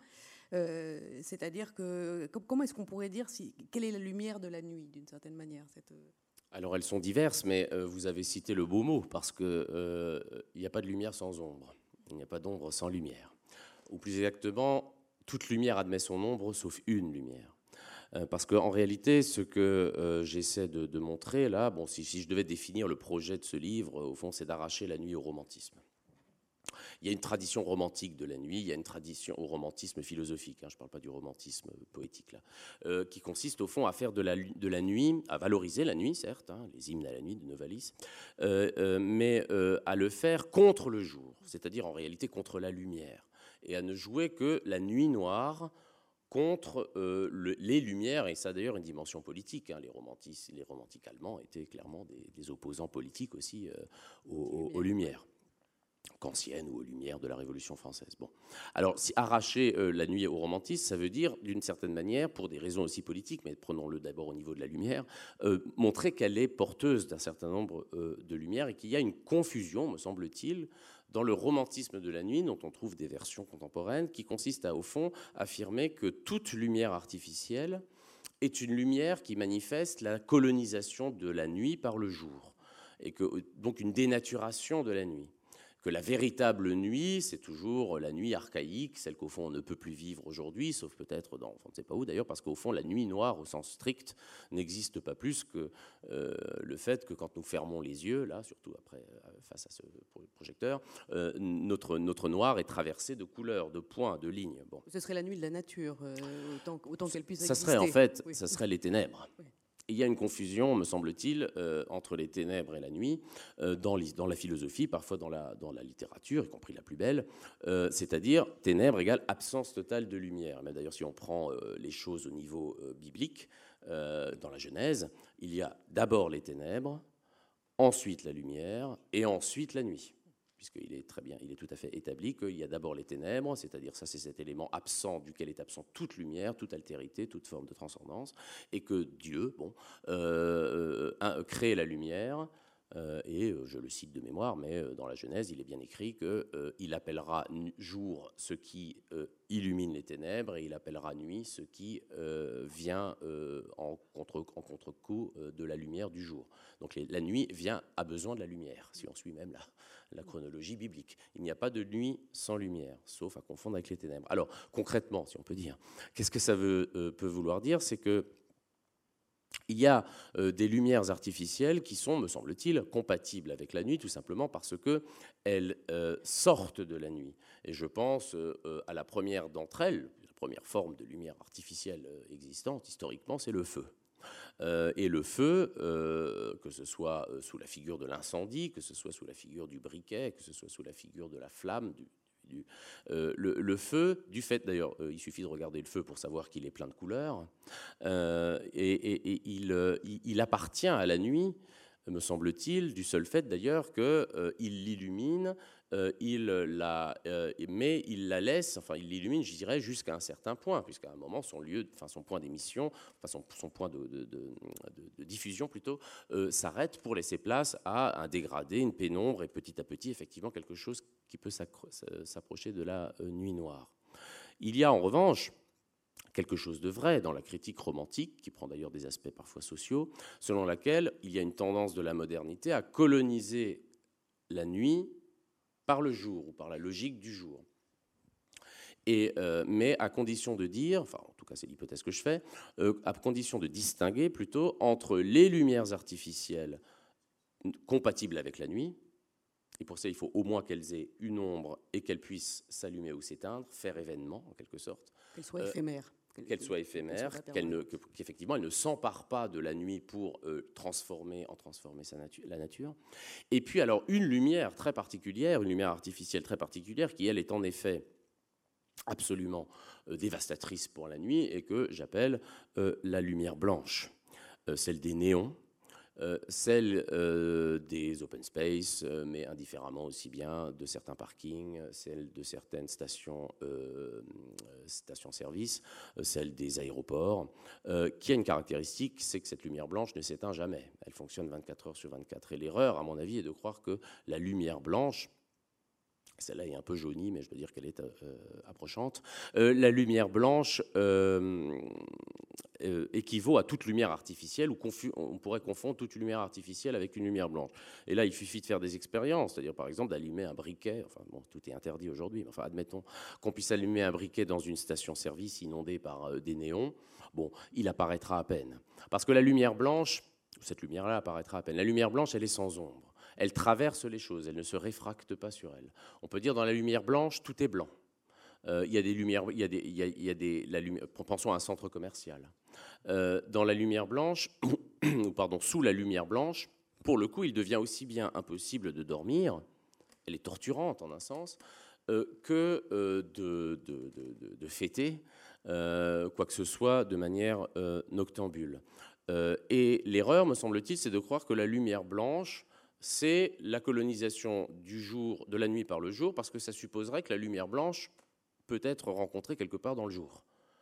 Euh, c'est-à-dire que comment est-ce qu'on pourrait dire si, quelle est la lumière de la nuit d'une certaine manière cette... Alors elles sont diverses, mais euh, vous avez cité le beau mot, parce qu'il euh, n'y a pas de lumière sans ombre, il n'y a pas d'ombre sans lumière. Ou plus exactement, toute lumière admet son ombre, sauf une lumière. Euh, parce qu'en réalité, ce que euh, j'essaie de, de montrer là, bon, si, si je devais définir le projet de ce livre, au fond, c'est d'arracher la nuit au romantisme. Il y a une tradition romantique de la nuit, il y a une tradition au romantisme philosophique, hein, je ne parle pas du romantisme poétique, là, euh, qui consiste au fond à faire de la, de la nuit, à valoriser la nuit, certes, hein, les hymnes à la nuit de Novalis, euh, euh, mais euh, à le faire contre le jour, c'est-à-dire en réalité contre la lumière, et à ne jouer que la nuit noire contre euh, le, les Lumières, et ça a d'ailleurs une dimension politique. Hein, les, romantiques, les romantiques allemands étaient clairement des, des opposants politiques aussi euh, aux, aux, aux Lumières. Kantiennes ou aux Lumières de la Révolution française. Bon. Alors, si arracher euh, la nuit au romantisme, ça veut dire, d'une certaine manière, pour des raisons aussi politiques, mais prenons-le d'abord au niveau de la lumière, euh, montrer qu'elle est porteuse d'un certain nombre euh, de lumières et qu'il y a une confusion, me semble-t-il, dans le romantisme de la nuit, dont on trouve des versions contemporaines, qui consiste à, au fond, affirmer que toute lumière artificielle est une lumière qui manifeste la colonisation de la nuit par le jour, et que, donc une dénaturation de la nuit. Que la véritable nuit, c'est toujours la nuit archaïque, celle qu'au fond on ne peut plus vivre aujourd'hui, sauf peut-être dans, on ne sait pas où d'ailleurs, parce qu'au fond la nuit noire au sens strict n'existe pas plus que euh, le fait que quand nous fermons les yeux, là, surtout après euh, face à ce projecteur, euh, notre, notre noir est traversé de couleurs, de points, de lignes. Bon. Ce serait la nuit de la nature, euh, autant, autant qu'elle puisse ça exister. Serait en fait, oui. ça serait les ténèbres. Oui. Il y a une confusion, me semble-t-il, euh, entre les ténèbres et la nuit, euh, dans, dans la philosophie, parfois dans la, dans la littérature, y compris la plus belle, euh, c'est-à-dire ténèbres égale absence totale de lumière. Mais d'ailleurs, si on prend euh, les choses au niveau euh, biblique, euh, dans la Genèse, il y a d'abord les ténèbres, ensuite la lumière, et ensuite la nuit. Puisqu'il est très bien, il est tout à fait établi qu'il y a d'abord les ténèbres, c'est-à-dire ça c'est cet élément absent duquel est absent toute lumière, toute altérité, toute forme de transcendance, et que Dieu, bon, euh, euh, crée la lumière, euh, et euh, je le cite de mémoire, mais euh, dans la Genèse, il est bien écrit qu'il euh, appellera jour ce qui euh, illumine les ténèbres, et il appellera nuit ce qui euh, vient euh, en, contre, en contre-coup euh, de la lumière du jour. Donc les, la nuit vient, a besoin de la lumière, si on suit même là. La chronologie biblique. Il n'y a pas de nuit sans lumière, sauf à confondre avec les ténèbres. Alors, concrètement, si on peut dire, qu'est-ce que ça veut, euh, peut vouloir dire? C'est que il y a euh, des lumières artificielles qui sont, me semble-t-il, compatibles avec la nuit, tout simplement parce qu'elles euh, sortent de la nuit. Et je pense euh, à la première d'entre elles, la première forme de lumière artificielle euh, existante, historiquement, c'est le feu. Euh, et le feu, euh, que ce soit sous la figure de l'incendie, que ce soit sous la figure du briquet, que ce soit sous la figure de la flamme, du, du, euh, le, le feu, du fait d'ailleurs, euh, il suffit de regarder le feu pour savoir qu'il est plein de couleurs, euh, et, et, et il, euh, il appartient à la nuit, me semble-t-il, du seul fait d'ailleurs qu'il euh, l'illumine, euh, il la, euh, mais il la laisse, enfin il l'illumine, je dirais, jusqu'à un certain point, puisqu'à un moment, son lieu, enfin son point d'émission, enfin son, son point de, de, de, de, de diffusion plutôt, euh, s'arrête pour laisser place à un dégradé, une pénombre, et petit à petit, effectivement, quelque chose qui peut s'approcher de la euh, nuit noire. Il y a en revanche quelque chose de vrai dans la critique romantique, qui prend d'ailleurs des aspects parfois sociaux, selon laquelle il y a une tendance de la modernité à coloniser la nuit par le jour ou par la logique du jour. Et, euh, mais à condition de dire, enfin en tout cas c'est l'hypothèse que je fais, euh, à condition de distinguer plutôt entre les lumières artificielles compatibles avec la nuit, et pour ça il faut au moins qu'elles aient une ombre et qu'elles puissent s'allumer ou s'éteindre, faire événement en quelque sorte. Qu'elles soient euh, éphémères. Qu'elle soit éphémère, qu'elle ne, que, qu'effectivement elle ne s'empare pas de la nuit pour euh, transformer, en transformer sa natu- la nature. Et puis alors une lumière très particulière, une lumière artificielle très particulière, qui elle est en effet absolument euh, dévastatrice pour la nuit, et que j'appelle euh, la lumière blanche, euh, celle des néons, Euh, celle euh, des open space, euh, mais indifféremment aussi bien de certains parkings, celle de certaines stations, euh, stations-service, euh, celle des aéroports, euh, qui a une caractéristique, c'est que cette lumière blanche ne s'éteint jamais. Elle fonctionne vingt-quatre heures sur vingt-quatre. Et l'erreur, à mon avis, est de croire que la lumière blanche Celle-là est un peu jaunie, mais je dois dire qu'elle est euh, approchante. Euh, la lumière blanche euh, euh, équivaut à toute lumière artificielle, ou on pourrait confondre toute lumière artificielle avec une lumière blanche. Et là, il suffit de faire des expériences, c'est-à-dire par exemple d'allumer un briquet, enfin bon, tout est interdit aujourd'hui, mais enfin admettons qu'on puisse allumer un briquet dans une station-service inondée par euh, des néons, bon, il apparaîtra à peine. Parce que la lumière blanche, cette lumière-là apparaîtra à peine. La lumière blanche, elle est sans ombre. Elle traverse les choses, elle ne se réfracte pas sur elle. On peut dire dans la lumière blanche, tout est blanc. Euh, il y a des lumières, il y a des, il y a, il y a des, la lumière, pensons à un centre commercial. Euh, dans la lumière blanche, ou pardon, sous la lumière blanche, pour le coup, il devient aussi bien impossible de dormir, elle est torturante en un sens, euh, que euh, de, de, de, de fêter euh, quoi que ce soit de manière euh, noctambule. Euh, et l'erreur, me semble-t-il, c'est de croire que la lumière blanche, c'est la colonisation du jour, de la nuit par le jour, parce que ça supposerait que la lumière blanche peut être rencontrée quelque part dans le jour.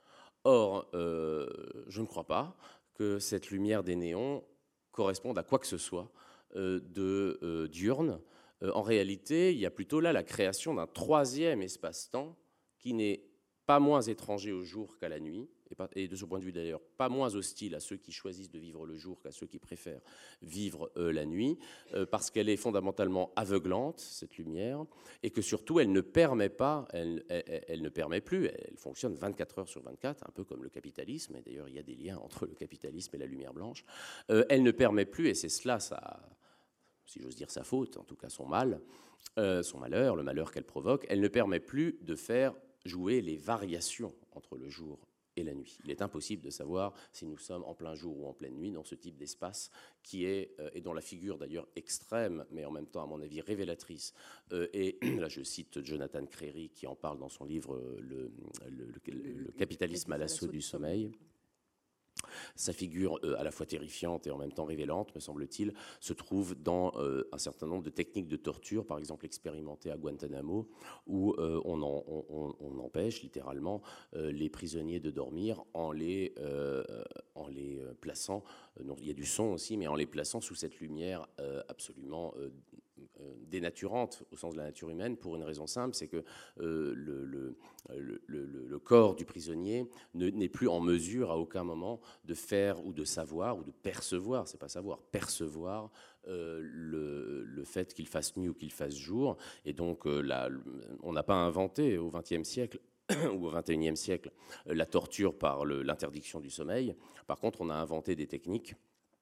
Or, euh, je ne crois pas que cette lumière des néons corresponde à quoi que ce soit euh, de euh, diurne. Euh, en réalité, il y a plutôt là la création d'un troisième espace-temps qui n'est pas moins étranger au jour qu'à la nuit, et, pas, et de ce point de vue d'ailleurs, pas moins hostile à ceux qui choisissent de vivre le jour qu'à ceux qui préfèrent vivre euh, la nuit, euh, parce qu'elle est fondamentalement aveuglante, cette lumière, et que surtout elle ne permet pas, elle, elle, elle ne permet plus, elle fonctionne vingt-quatre heures sur vingt-quatre, un peu comme le capitalisme, et d'ailleurs il y a des liens entre le capitalisme et la lumière blanche, euh, elle ne permet plus, et c'est cela, ça, si j'ose dire sa faute, en tout cas son mal, euh, son malheur, le malheur qu'elle provoque, elle ne permet plus de faire jouer les variations entre le jour et la nuit. Il est impossible de savoir si nous sommes en plein jour ou en pleine nuit dans ce type d'espace qui est, euh, et dont la figure d'ailleurs extrême, mais en même temps à mon avis révélatrice, euh, et là je cite Jonathan Crary qui en parle dans son livre euh, le, le, le, le capitalisme à l'assaut du sommeil. Sa figure euh, à la fois terrifiante et en même temps révélante, me semble-t-il, se trouve dans euh, un certain nombre de techniques de torture, par exemple expérimentées à Guantanamo, où euh, on, en, on, on empêche littéralement euh, les prisonniers de dormir en les, euh, en les plaçant, euh, non, il y a du son aussi, mais en les plaçant sous cette lumière euh, absolument euh, dénaturante au sens de la nature humaine, pour une raison simple, c'est que euh, le, le, le, le, le corps du prisonnier ne, n'est plus en mesure à aucun moment de faire ou de savoir ou de percevoir, c'est pas savoir, percevoir euh, le, le fait qu'il fasse nuit ou qu'il fasse jour. Et donc euh, là, on n'a pas inventé au vingtième siècle ou au vingt et unième siècle la torture par le, l'interdiction du sommeil. Par contre, on a inventé des techniques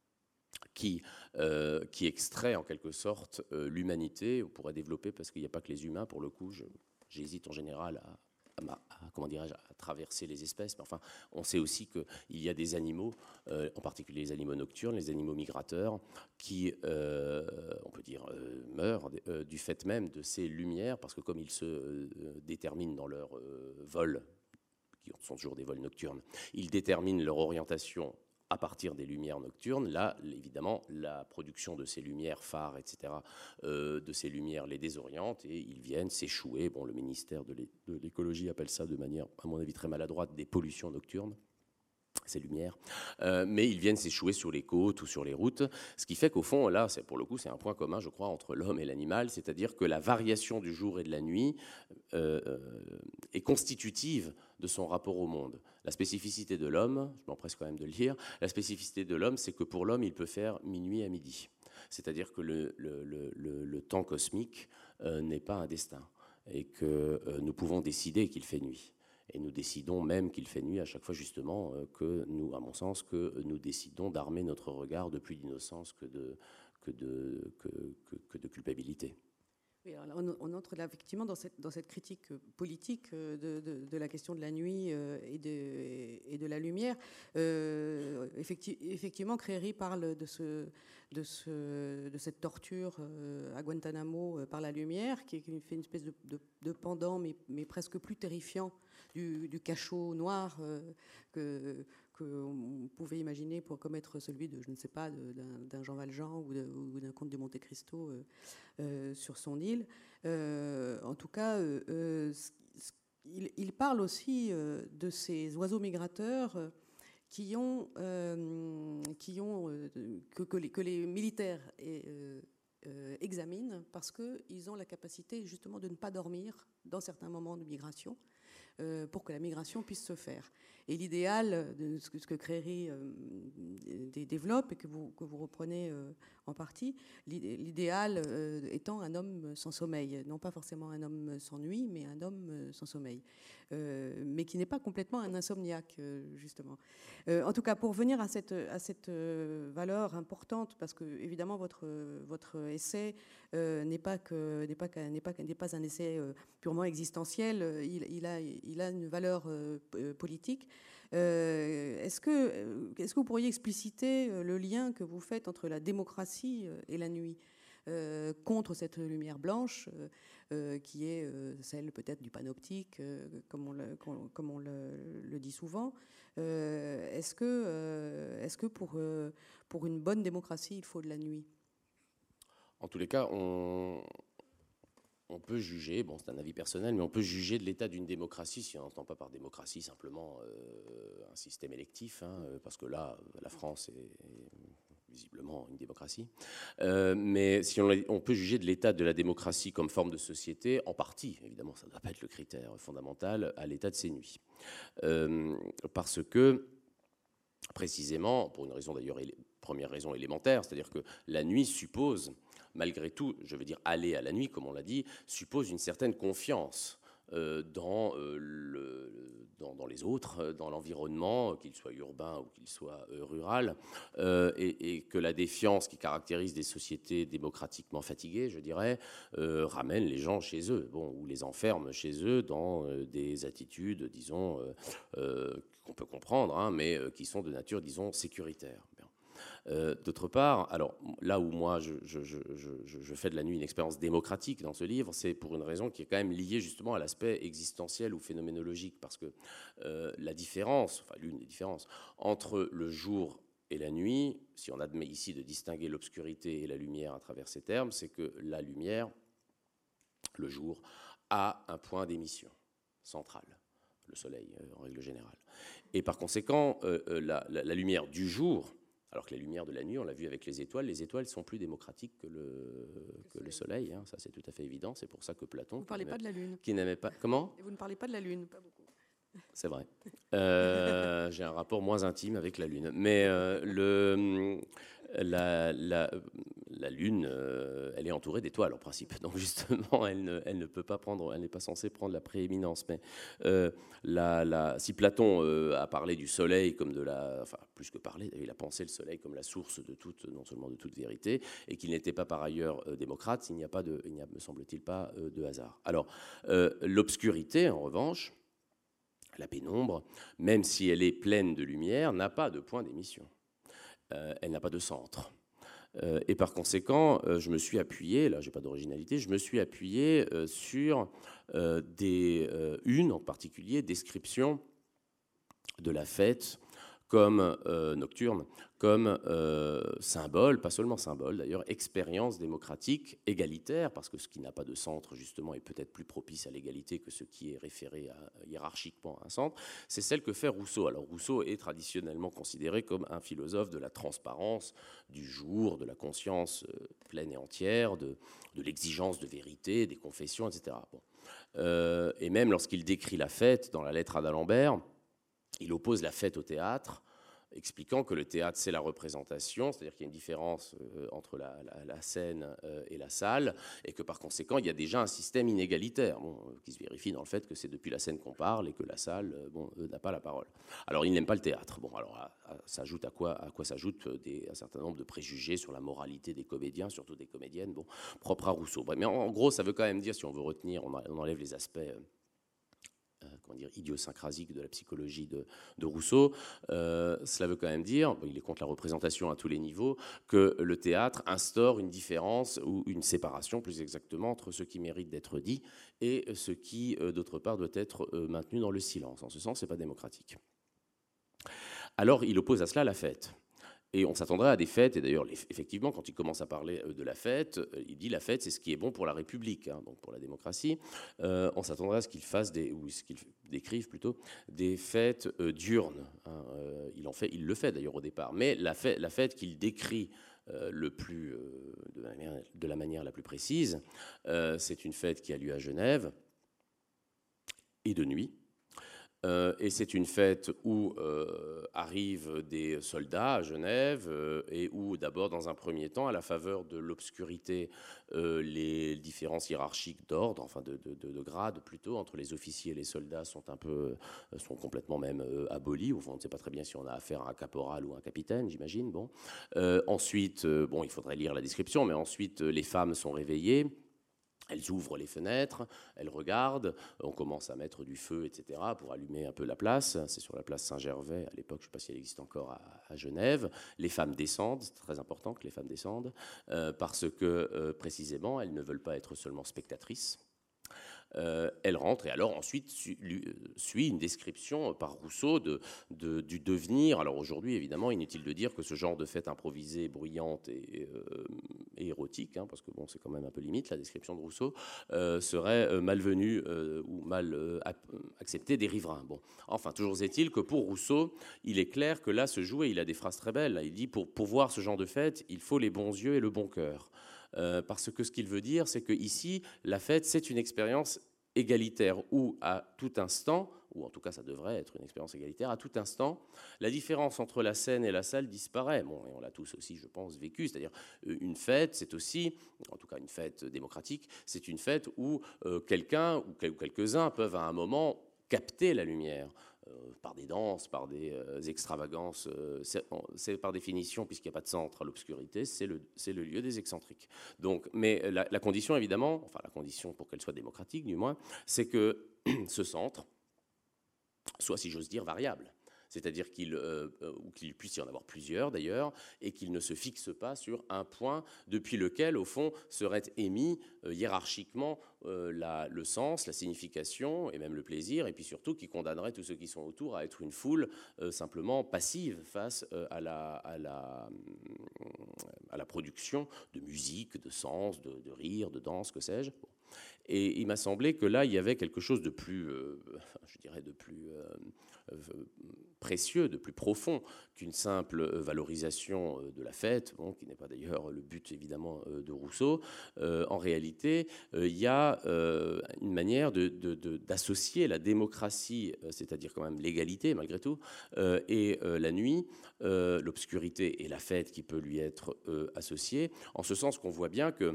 qui, euh, qui extrait en quelque sorte euh, l'humanité. On pourrait développer, parce qu'il n'y a pas que les humains, pour le coup, je, j'hésite en général à, à, à, comment dirais-je, à traverser les espèces, mais enfin, on sait aussi qu'il y a des animaux, euh, en particulier les animaux nocturnes, les animaux migrateurs, qui, euh, on peut dire, euh, meurent euh, du fait même de ces lumières, parce que comme ils se euh, déterminent dans leur euh, vol, qui sont toujours des vols nocturnes, ils déterminent leur orientation à partir des lumières nocturnes. Là, évidemment, la production de ces lumières phares, et cetera, euh, de ces lumières les désoriente et ils viennent s'échouer. Bon, le ministère de l'écologie appelle ça de manière, à mon avis, très maladroite, des pollutions nocturnes, ces lumières, euh, mais ils viennent s'échouer sur les côtes ou sur les routes, ce qui fait qu'au fond, là, c'est, pour le coup, c'est un point commun, je crois, entre l'homme et l'animal, c'est-à-dire que la variation du jour et de la nuit euh, est constitutive de son rapport au monde. La spécificité de l'homme, je m'empresse quand même de le dire, la spécificité de l'homme, c'est que pour l'homme, il peut faire minuit à midi, c'est-à-dire que le, le, le, le temps cosmique euh, n'est pas un destin, et que euh, nous pouvons décider qu'il fait nuit. Et nous décidons même qu'il fait nuit à chaque fois, justement, que nous, à mon sens, que nous décidons d'armer notre regard de plus d'innocence que de, que de, que, que, que de culpabilité. Oui, alors là, on entre là effectivement dans cette, dans cette critique politique de, de, de la question de la nuit et de, et de la lumière. Euh, effecti, effectivement, Crary parle de, ce, de, ce, de cette torture à Guantanamo par la lumière, qui fait une espèce de, de, de pendant, mais, mais presque plus terrifiant du, du cachot noir euh, que qu'on pouvait imaginer pour commettre celui de, je ne sais pas, d'un, d'un Jean Valjean ou, de, ou d'un comte de Monte Cristo euh, euh, sur son île. Euh, en tout cas, euh, euh, il, il parle aussi euh, de ces oiseaux migrateurs euh, qui ont, euh, qui ont euh, que, que, les, que les militaires et, euh, euh, examinent parce qu'ils ont la capacité justement de ne pas dormir dans certains moments de migration euh, pour que la migration puisse se faire. Et l'idéal de ce que, ce que Créry euh, développe et que vous, que vous reprenez euh, en partie, l'idéal euh, étant un homme sans sommeil, non pas forcément un homme sans nuit, mais un homme sans sommeil, euh, mais qui n'est pas complètement un insomniaque, euh, justement. Euh, en tout cas, pour venir à cette, à cette euh, valeur importante, parce que évidemment votre, votre essai euh, n'est pas, que, n'est, pas, n'est, pas, n'est pas un essai euh, purement existentiel, il, il, a, il a une valeur euh, politique. Euh, est-ce que, est-ce que vous pourriez expliciter le lien que vous faites entre la démocratie et la nuit euh, contre cette lumière blanche euh, qui est euh, celle peut-être du panoptique, euh, comme on, le, comme on le, le dit souvent. Euh, est-ce que, euh, est-ce que pour, euh, pour une bonne démocratie, il faut de la nuit? En tous les cas, on... On peut juger, bon c'est un avis personnel, mais on peut juger de l'état d'une démocratie, si on n'entend pas par démocratie simplement euh, un système électif, hein, parce que là, la France est, est visiblement une démocratie. Euh, mais si on, on peut juger de l'état de la démocratie comme forme de société, en partie, évidemment, ça ne doit pas être le critère fondamental, à l'état de ses nuits. Euh, parce que, précisément, pour une raison d'ailleurs, première raison élémentaire, c'est-à-dire que la nuit suppose, malgré tout, je veux dire aller à la nuit, comme on l'a dit, suppose une certaine confiance euh, dans, euh, le, dans, dans les autres, dans l'environnement, qu'il soit urbain ou qu'il soit euh, rural, euh, et, et que la défiance qui caractérise des sociétés démocratiquement fatiguées, je dirais, euh, ramène les gens chez eux, bon, ou les enferme chez eux dans euh, des attitudes, disons, euh, euh, qu'on peut comprendre, hein, mais euh, qui sont de nature, disons, sécuritaire. Euh, D'autre part, alors là où moi je, je, je, je, je fais de la nuit une expérience démocratique dans ce livre, c'est pour une raison qui est quand même liée justement à l'aspect existentiel ou phénoménologique, parce que euh, la différence, enfin l'une des différences entre le jour et la nuit, si on admet ici de distinguer l'obscurité et la lumière à travers ces termes, c'est que la lumière, le jour, a un point d'émission central, le soleil euh, en règle générale. Et par conséquent, euh, la, la, la lumière du jour, alors que la lumière de la nuit, on l'a vu avec les étoiles, les étoiles sont plus démocratiques que le, que le soleil, hein, ça c'est tout à fait évident, c'est pour ça que Platon... Vous ne parlez pas de la Lune. Qui n'aimait pas... Comment ? Et vous ne parlez pas de la Lune, pas beaucoup. C'est vrai. Euh, j'ai un rapport moins intime avec la Lune. Mais euh, le, la, la, la Lune, euh, elle est entourée d'étoiles en principe. Donc justement, elle ne, elle ne peut pas prendre, elle n'est pas censée prendre la prééminence. Mais euh, la, la, si Platon euh, a parlé du Soleil comme de la, enfin plus que parler, il a pensé le Soleil comme la source de toute, non seulement de toute vérité, et qu'il n'était pas par ailleurs euh, démocrate, il n'y a pas de, il n'y a, me semble-t-il pas, euh, de hasard. Alors euh, l'obscurité, en revanche. La pénombre, même si elle est pleine de lumière, n'a pas de point d'émission. Euh, elle n'a pas de centre. Euh, et par conséquent, euh, je me suis appuyé, là, je n'ai pas d'originalité, je me suis appuyé euh, sur euh, des, euh, une en particulier description de la fête comme euh, nocturne, comme euh, symbole, pas seulement symbole d'ailleurs, expérience démocratique égalitaire, parce que ce qui n'a pas de centre justement est peut-être plus propice à l'égalité que ce qui est référé à, hiérarchiquement à un centre, c'est celle que fait Rousseau. Alors Rousseau est traditionnellement considéré comme un philosophe de la transparence, du jour, de la conscience euh, pleine et entière, de, de l'exigence de vérité, des confessions, et cetera. Bon. Euh, et même lorsqu'il décrit la fête dans la lettre à d'Alembert, il oppose la fête au théâtre, expliquant que le théâtre, c'est la représentation, c'est-à-dire qu'il y a une différence euh, entre la, la, la scène euh, et la salle, et que par conséquent, il y a déjà un système inégalitaire, bon, euh, qui se vérifie dans le fait que c'est depuis la scène qu'on parle et que la salle euh, bon, euh, n'a pas la parole. Alors, il n'aime pas le théâtre. Bon, alors, à, à, ça ajoute à quoi, à quoi s'ajoutent des, un certain nombre de préjugés sur la moralité des comédiens, surtout des comédiennes, bon, propres à Rousseau. Bref, mais en, en gros, ça veut quand même dire, si on veut retenir, on, a, on enlève les aspects... Euh, comment dire, idiosyncrasique de la psychologie de, de Rousseau, euh, cela veut quand même dire, bon, il est contre la représentation à tous les niveaux, que le théâtre instaure une différence ou une séparation, plus exactement, entre ce qui mérite d'être dit et ce qui, euh, d'autre part, doit être euh, maintenu dans le silence. En ce sens, ce n'est pas démocratique. Alors, il oppose à cela la fête. Et on s'attendrait à des fêtes, et d'ailleurs, effectivement, quand il commence à parler de la fête, il dit la fête, c'est ce qui est bon pour la République, hein, donc pour la démocratie. Euh, on s'attendrait à ce qu'il fasse, des, ou ce qu'il décrive plutôt, des fêtes euh, diurnes. Hein, euh, il, en fait, il le fait d'ailleurs au départ, mais la fête, la fête qu'il décrit euh, le plus, euh, de, de la manière, de la, manière la plus précise. Euh, c'est une fête qui a lieu à Genève, et de nuit. Euh, et c'est une fête où euh, arrivent des soldats à Genève euh, et où d'abord, dans un premier temps, à la faveur de l'obscurité, euh, les différences hiérarchiques d'ordre, enfin de, de, de, de grade plutôt, entre les officiers et les soldats sont un peu, sont complètement même euh, abolis. Au fond, on ne sait pas très bien si on a affaire à un caporal ou un capitaine, j'imagine. Bon. Euh, ensuite, euh, bon, il faudrait lire la description, mais ensuite, euh, les femmes sont réveillées. Elles ouvrent les fenêtres, elles regardent, on commence à mettre du feu, et cetera, pour allumer un peu la place. C'est sur la place Saint-Gervais, à l'époque, je ne sais pas si elle existe encore à, à Genève. Les femmes descendent, c'est très important que les femmes descendent, euh, parce que, euh, précisément, elles ne veulent pas être seulement spectatrices. Euh, elle rentre et alors ensuite su, lui, suit une description par Rousseau de, de, du devenir. Alors aujourd'hui, évidemment, inutile de dire que ce genre de fête improvisée, bruyante et, euh, et érotique, hein, parce que bon, c'est quand même un peu limite la description de Rousseau, euh, serait euh, malvenue euh, ou mal euh, acceptée des riverains. Bon, enfin, toujours est-il que pour Rousseau, il est clair que là se joue, et il a des phrases très belles. Là, il dit pour, pour voir ce genre de fête, il faut les bons yeux et le bon cœur. Euh, parce que ce qu'il veut dire, c'est qu'ici, la fête, c'est une expérience égalitaire où, à tout instant, ou en tout cas ça devrait être une expérience égalitaire, à tout instant, la différence entre la scène et la salle disparaît. Bon, et on l'a tous aussi, je pense, vécu, c'est-à-dire une fête, c'est aussi, en tout cas une fête démocratique, c'est une fête où euh, quelqu'un ou quelques-uns peuvent à un moment capter la lumière. Euh, par des danses, par des euh, extravagances. Euh, c'est, c'est par définition, puisqu'il n'y a pas de centre à l'obscurité, c'est le, c'est le lieu des excentriques. Donc, mais la, la condition, évidemment, enfin la condition pour qu'elle soit démocratique, du moins, c'est que ce centre soit, si j'ose dire, variable. C'est-à-dire qu'il, euh, ou qu'il puisse y en avoir plusieurs d'ailleurs, et qu'il ne se fixe pas sur un point depuis lequel, au fond, serait émis euh, hiérarchiquement euh, la, le sens, la signification et même le plaisir, et puis surtout qui condamnerait tous ceux qui sont autour à être une foule euh, simplement passive face euh, à, la, à, la, à la production de musique, de sens, de, de rire, de danse, que sais-je. Bon. Et il m'a semblé que là, il y avait quelque chose de plus, euh, je dirais, de plus euh, euh, précieux, de plus profond qu'une simple valorisation de la fête, bon, qui n'est pas d'ailleurs le but évidemment de Rousseau. Euh, en réalité, euh, il y a euh, une manière de, de, de, d'associer la démocratie, c'est-à-dire quand même l'égalité malgré tout, euh, et euh, la nuit, euh, l'obscurité et la fête qui peut lui être euh, associée, en ce sens qu'on voit bien que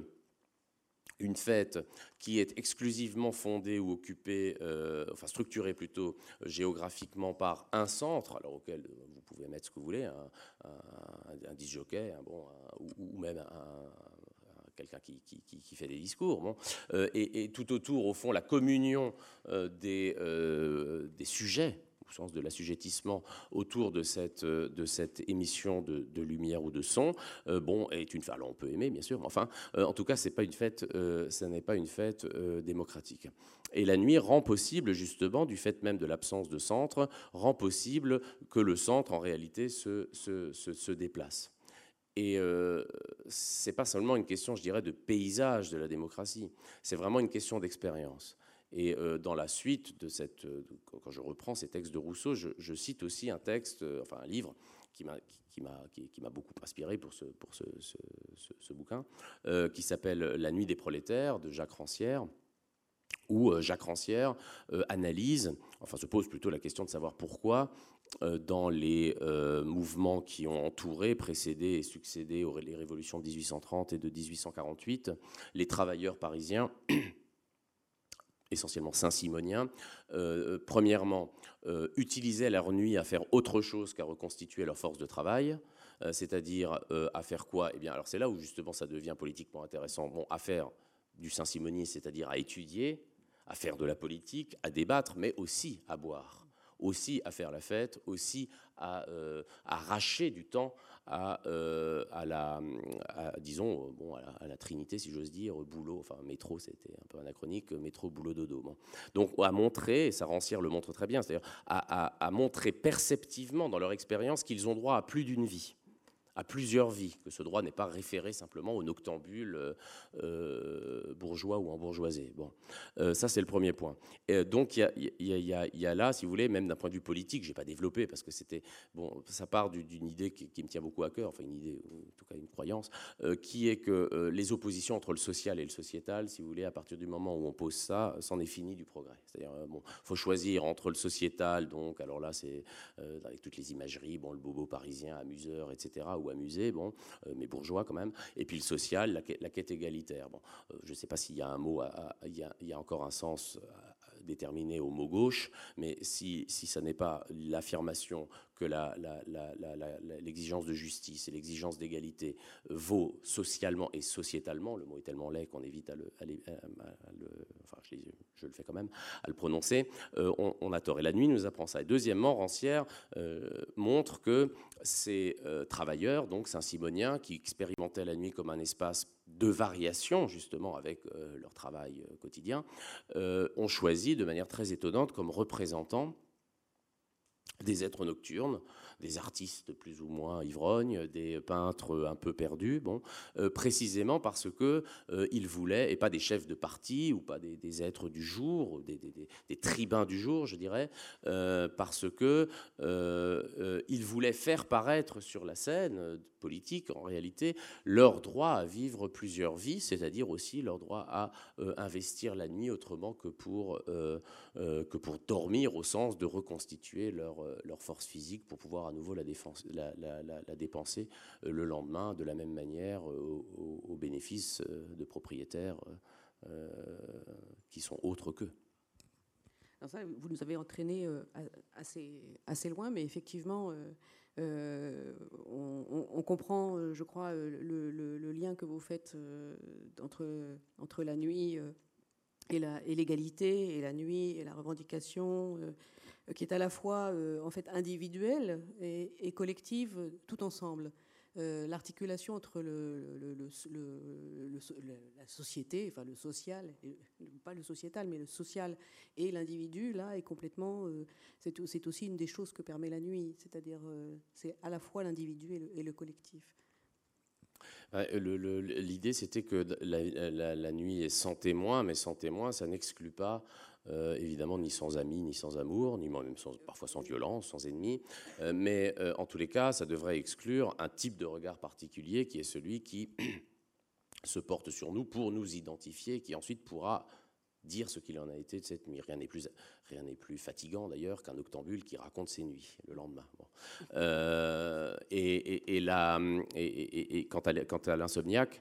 une fête qui est exclusivement fondée ou occupée, euh, enfin structurée plutôt géographiquement par un centre, alors auquel vous pouvez mettre ce que vous voulez, un, un, un disjockey, un, bon, un, ou, ou même un, quelqu'un qui, qui, qui fait des discours, bon, euh, et, et tout autour, au fond, la communion euh, des, euh, des sujets, au sens de l'assujettissement autour de cette, de cette émission de, de lumière ou de son, euh, bon, est une fête. Alors on peut aimer, bien sûr, mais enfin, euh, en tout cas, c'est pas une fête, euh, ça n'est pas une fête euh, démocratique. Et la nuit rend possible, justement, du fait même de l'absence de centre, rend possible que le centre, en réalité, se, se, se, se déplace. Et euh, c'est pas seulement une question, je dirais, de paysage de la démocratie, c'est vraiment une question d'expérience. Et euh, dans la suite de cette, euh, quand je reprends ces textes de Rousseau, je, je cite aussi un texte, euh, enfin un livre qui m'a qui m'a qui, qui m'a beaucoup inspiré pour ce pour ce, ce, ce, ce bouquin, euh, qui s'appelle La Nuit des prolétaires de Jacques Rancière, où euh, Jacques Rancière euh, analyse, enfin se pose plutôt la question de savoir pourquoi euh, dans les euh, mouvements qui ont entouré, précédé et succédé aux les révolutions de dix-huit cent trente et de dix-huit cent quarante-huit, les travailleurs parisiens essentiellement saint-simoniens, euh, premièrement, euh, utilisaient leur nuit à faire autre chose qu'à reconstituer leur force de travail, euh, c'est-à-dire euh, à faire quoi ? Eh bien, alors c'est là où justement ça devient politiquement intéressant. Bon, à faire du saint-simonisme, c'est-à-dire à étudier, à faire de la politique, à débattre, mais aussi à boire, aussi à faire la fête, aussi à euh, arracher du temps à, euh, à la, à, disons, bon, à la, à la Trinité, si j'ose dire, boulot, enfin métro, c'était un peu anachronique, métro, boulot, dodo. Bon. Donc à montrer, et ça Rancière le montre très bien, c'est-à-dire à, à, à montrer perceptivement dans leur expérience qu'ils ont droit à plus d'une vie, à plusieurs vies, que ce droit n'est pas référé simplement aux noctambules euh, bourgeois ou embourgeoisés. Bon, euh, ça c'est le premier point. Et donc il y, y, y, y a là, si vous voulez, même d'un point de vue politique, je n'ai pas développé parce que c'était bon, ça part d'une idée qui, qui me tient beaucoup à cœur, enfin une idée, en tout cas une croyance, euh, qui est que euh, les oppositions entre le social et le sociétal, si vous voulez, à partir du moment où on pose ça, c'en est fini du progrès. C'est-à-dire, euh, bon, faut choisir entre le sociétal, donc alors là c'est euh, avec toutes les imageries, bon, le bobo parisien, amuseur, et cetera, ou amusé, bon, euh, mais bourgeois quand même, et puis le social, la, la quête égalitaire. Bon, euh, je ne sais pas s'il y a un mot, il y, y a encore un sens à, déterminé au mot gauche, mais si, si ça n'est pas l'affirmation que l'exigence de justice et l'exigence d'égalité vaut socialement et sociétalement, le mot est tellement laid qu'on évite à le, à le, à le enfin je, je le fais quand même, à le prononcer, euh, on, on a tort. Et la nuit nous apprend ça. Et deuxièmement, Rancière euh, montre que ces euh, travailleurs, donc saint-simoniens, qui expérimentaient la nuit comme un espace de variation, justement, avec euh, leur travail euh, quotidien, euh, ont choisi de manière très étonnante comme représentants des êtres nocturnes, des artistes plus ou moins ivrognes, des peintres un peu perdus, bon, euh, précisément parce que euh, ils voulaient, et pas des chefs de parti ou pas des, des êtres du jour, des, des, des, tribuns du jour, je dirais, euh, parce que euh, euh, ils voulaient faire paraître sur la scène politique, en réalité, leur droit à vivre plusieurs vies, c'est-à-dire aussi leur droit à euh, investir la nuit autrement que pour, euh, euh, que pour dormir, au sens de reconstituer leur, leur force physique pour pouvoir à nouveau la, défense, la, la, la, la dépenser le lendemain de la même manière au, au, au bénéfice de propriétaires euh, qui sont autres qu'eux. Alors ça, vous nous avez entraîné assez, assez loin, mais effectivement, euh, euh, on, on, on comprend, je crois, le, le, le lien que vous faites euh, entre, entre la nuit et l'égalité, et, et la nuit et la revendication, euh, qui est à la fois euh, en fait individuelle et, et collective, tout ensemble. Euh, l'articulation entre le, le, le, le, le, la société, enfin le social, et, pas le sociétal, mais le social et l'individu, là, est complètement... Euh, c'est aussi une des choses que permet la nuit, c'est-à-dire euh, c'est à la fois l'individu et le, et le collectif. L'idée, c'était que la, la, la nuit est sans témoin, mais sans témoin, ça n'exclut pas... Euh, évidemment, ni sans amis, ni sans amour, ni même sans, parfois sans violence, sans ennemis. Euh, mais euh, en tous les cas, ça devrait exclure un type de regard particulier qui est celui qui se porte sur nous pour nous identifier, qui ensuite pourra dire ce qu'il en a été de cette nuit. Rien n'est plus, rien n'est plus fatigant d'ailleurs qu'un noctambule qui raconte ses nuits le lendemain. Bon. Euh, et, et, et, la, et, et, et quant à, quant à l'insomniaque,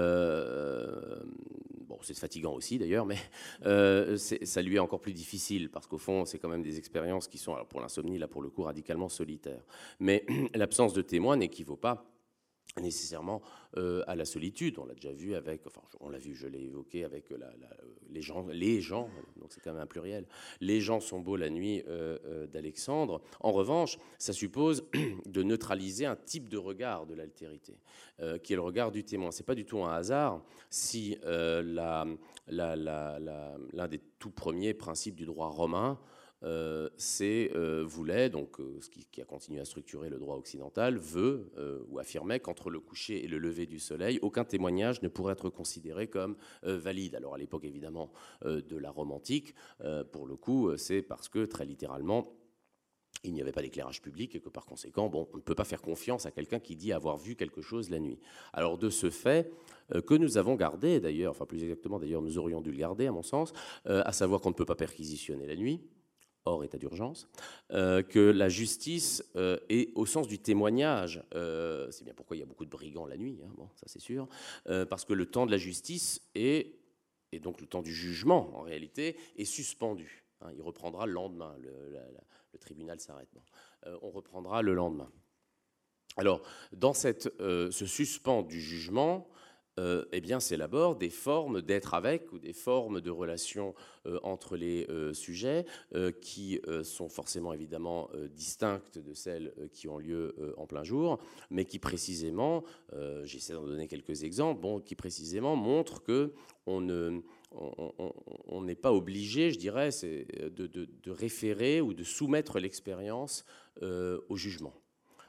euh, bon, c'est fatigant aussi d'ailleurs, mais euh, ça lui est encore plus difficile parce qu'au fond, c'est quand même des expériences qui sont, alors pour l'insomnie, là pour le coup, radicalement solitaires. Mais l'absence de témoin n'équivaut pas nécessairement euh, à la solitude. On l'a déjà vu avec, enfin on l'a vu, je l'ai évoqué avec la, la, les gens, les gens, donc c'est quand même un pluriel, les gens sont beaux la nuit euh, euh, d'Alexandre. En revanche, ça suppose de neutraliser un type de regard de l'altérité, euh, qui est le regard du témoin. C'est pas du tout un hasard si euh, la, la, la, la, l'un des tout premiers principes du droit romain, Euh, c'est, euh, voulait, donc euh, ce qui, qui a continué à structurer le droit occidental, veut euh, ou affirmait qu'entre le coucher et le lever du soleil, aucun témoignage ne pourrait être considéré comme euh, valide. Alors à l'époque évidemment euh, de la Rome antique, euh, pour le coup, c'est parce que très littéralement, il n'y avait pas d'éclairage public et que par conséquent, bon, on ne peut pas faire confiance à quelqu'un qui dit avoir vu quelque chose la nuit. Alors de ce fait, euh, que nous avons gardé d'ailleurs, enfin plus exactement d'ailleurs nous aurions dû le garder à mon sens, euh, à savoir qu'on ne peut pas perquisitionner la nuit, hors état d'urgence, euh, que la justice euh, est au sens du témoignage. Euh, c'est bien pourquoi il y a beaucoup de brigands la nuit, hein, bon, ça c'est sûr, euh, parce que le temps de la justice est, et donc le temps du jugement, en réalité, est suspendu. Hein, il reprendra le lendemain, le, la, la, le tribunal s'arrête. Bon. Euh, on reprendra le lendemain. Alors, dans cette, euh, ce suspens du jugement, Euh, eh bien, s'élaborent des formes d'être avec ou des formes de relations euh, entre les euh, sujets euh, qui euh, sont forcément évidemment euh, distinctes de celles euh, qui ont lieu euh, en plein jour, mais qui précisément, euh, j'essaie d'en donner quelques exemples, bon, qui précisément montrent que on ne on n'est pas obligé, je dirais, de, de, de référer ou de soumettre l'expérience euh, au jugement.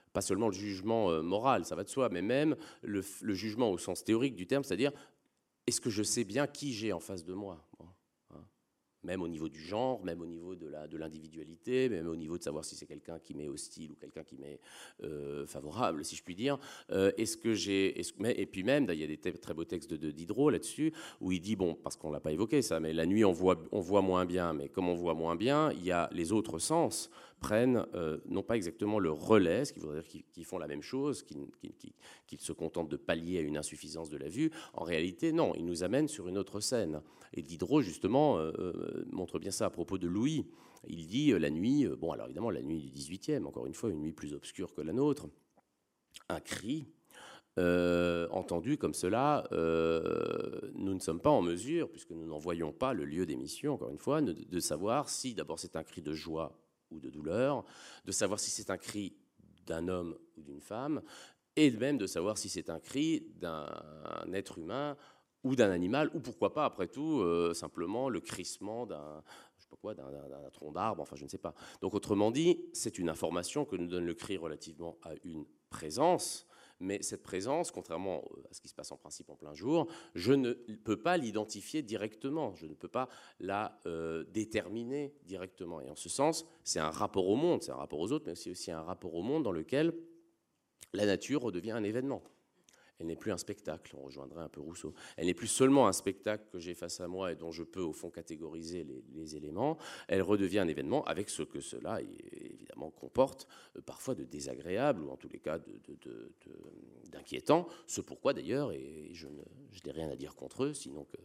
pas seulement le jugement euh, moral, ça va de soi, mais même le, le jugement au sens théorique du terme, c'est-à-dire est-ce que je sais bien qui j'ai en face de moi, bon, hein, même au niveau du genre, même au niveau de, la, de l'individualité, même au niveau de savoir si c'est quelqu'un qui m'est hostile ou quelqu'un qui m'est euh, favorable, si je puis dire. Euh, est-ce que j'ai, est-ce, mais, et puis même, il y a des t- très beaux textes de, de Diderot là-dessus, où il dit, bon, parce qu'on ne l'a pas évoqué ça, mais la nuit on voit, on voit moins bien, mais comme on voit moins bien, il y a les autres sens prennent euh, non pas exactement le relais, ce qui voudrait dire qu'ils, qu'ils font la même chose, qu'ils, qu'ils, qu'ils se contentent de pallier à une insuffisance de la vue. En réalité, non, ils nous amènent sur une autre scène. Et Diderot, justement, euh, montre bien ça à propos de Louis. Il dit euh, la nuit, euh, bon, alors évidemment, la nuit du dix-huitième, encore une fois, une nuit plus obscure que la nôtre, un cri. Euh, entendu comme cela, euh, nous ne sommes pas en mesure, puisque nous n'en voyons pas le lieu d'émission, encore une fois, de, de savoir si d'abord c'est un cri de joie ou de douleur, de savoir si c'est un cri d'un homme ou d'une femme, et même de savoir si c'est un cri d'un être humain ou d'un animal, ou pourquoi pas, après tout, euh, simplement le crissement d'un, je sais pas quoi, d'un, d'un, d'un tronc d'arbre, enfin je ne sais pas. Donc autrement dit, c'est une information que nous donne le cri relativement à une présence, mais cette présence, contrairement à ce qui se passe en principe en plein jour, je ne peux pas l'identifier directement, je ne peux pas la euh, déterminer directement. Et en ce sens, c'est un rapport au monde, c'est un rapport aux autres, mais c'est aussi un rapport au monde dans lequel la nature redevient un événement. Elle n'est plus un spectacle, on rejoindrait un peu Rousseau. Elle n'est plus seulement un spectacle que j'ai face à moi et dont je peux, au fond, catégoriser les, les éléments. Elle redevient un événement avec ce que cela, évidemment, comporte, euh, parfois de désagréable, ou en tous les cas de, de, de, de, d'inquiétant. Ce pourquoi, d'ailleurs, et je, ne, je n'ai rien à dire contre eux, sinon que...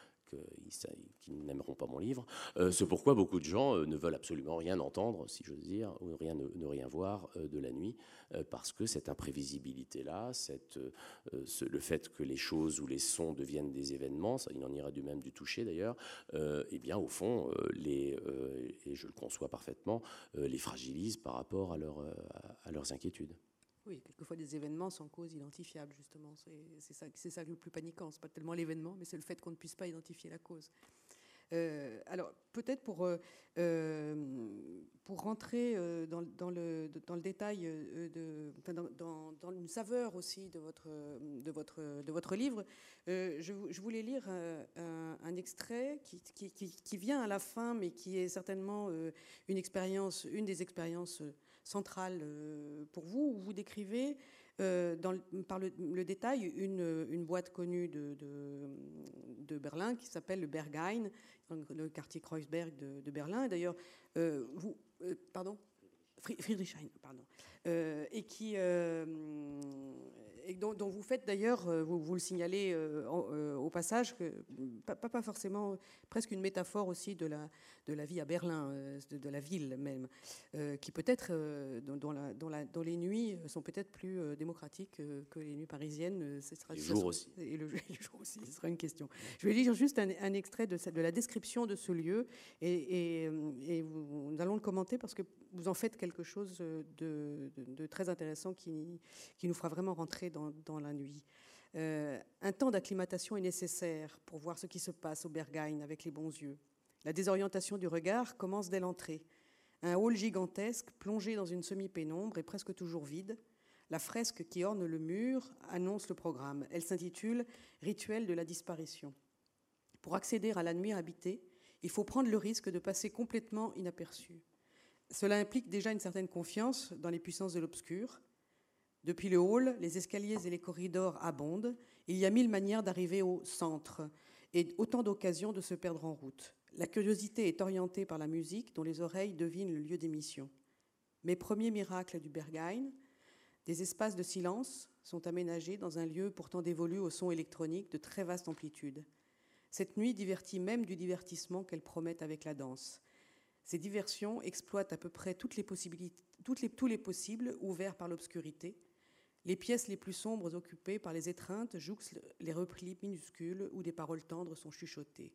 qu'ils n'aimeront pas mon livre, euh, c'est pourquoi beaucoup de gens euh, ne veulent absolument rien entendre, si j'ose dire, ou rien, ne, ne rien voir euh, de la nuit, euh, parce que cette imprévisibilité-là, cette, euh, ce, le fait que les choses ou les sons deviennent des événements, ça, il en ira du même du toucher d'ailleurs, euh, eh bien au fond, euh, les, euh, et je le conçois parfaitement, euh, les fragilise par rapport à, leur, à, à leurs inquiétudes. Oui, quelquefois des événements sans cause identifiable, justement. C'est, c'est, ça, c'est ça le plus paniquant. Ce n'est pas tellement l'événement, mais c'est le fait qu'on ne puisse pas identifier la cause. Euh, alors, peut-être pour, euh, pour rentrer euh, dans, dans, le, dans le détail, euh, de, enfin, dans, dans, dans une saveur aussi de votre, de votre, de votre livre, euh, je, je voulais lire un, un extrait qui, qui, qui, qui vient à la fin, mais qui est certainement euh, une expérience, une des expériences centrale pour vous, où vous décrivez euh, dans le, par le, le détail une, une boîte connue de, de, de Berlin qui s'appelle le Berghain, le quartier Kreuzberg de, de Berlin. Et d'ailleurs, euh, vous, euh, pardon, Friedrichshain, pardon, euh, et qui euh, et dont, dont vous faites d'ailleurs, vous, vous le signalez euh, euh, au passage, que, pas, pas forcément, presque une métaphore aussi de la, de la vie à Berlin, euh, de, de la ville même, euh, qui peut-être, euh, dont, dont, la, dont, la, dont les nuits sont peut-être plus euh, démocratiques euh, que les nuits parisiennes. Ce sera, le jour aussi. Et le, le jour aussi, ce sera une question. Je vais lire juste un, un extrait de, de la description de ce lieu, et, et, et vous, nous allons le commenter parce que vous en faites quelque chose de, de, de très intéressant qui, qui nous fera vraiment rentrer dans, dans la nuit. Euh, un temps d'acclimatation est nécessaire pour voir ce qui se passe au Berghain avec les bons yeux. La désorientation du regard commence dès l'entrée. Un hall gigantesque, plongé dans une semi-pénombre et presque toujours vide. La fresque qui orne le mur annonce le programme. Elle s'intitule « Rituel de la disparition ». Pour accéder à la nuit habitée, il faut prendre le risque de passer complètement inaperçu. Cela implique déjà une certaine confiance dans les puissances de l'obscur. Depuis le hall, les escaliers et les corridors abondent. Il y a mille manières d'arriver au centre et autant d'occasions de se perdre en route. La curiosité est orientée par la musique dont les oreilles devinent le lieu d'émission. Mes premiers miracles du Berghain, des espaces de silence sont aménagés dans un lieu pourtant dévolu au son électronique de très vaste amplitude. Cette nuit divertit même du divertissement qu'elle promet avec la danse. Ces diversions exploitent à peu près toutes les possibilités, toutes les, tous les possibles ouverts par l'obscurité. Les pièces les plus sombres occupées par les étreintes jouxtent les replis minuscules où des paroles tendres sont chuchotées.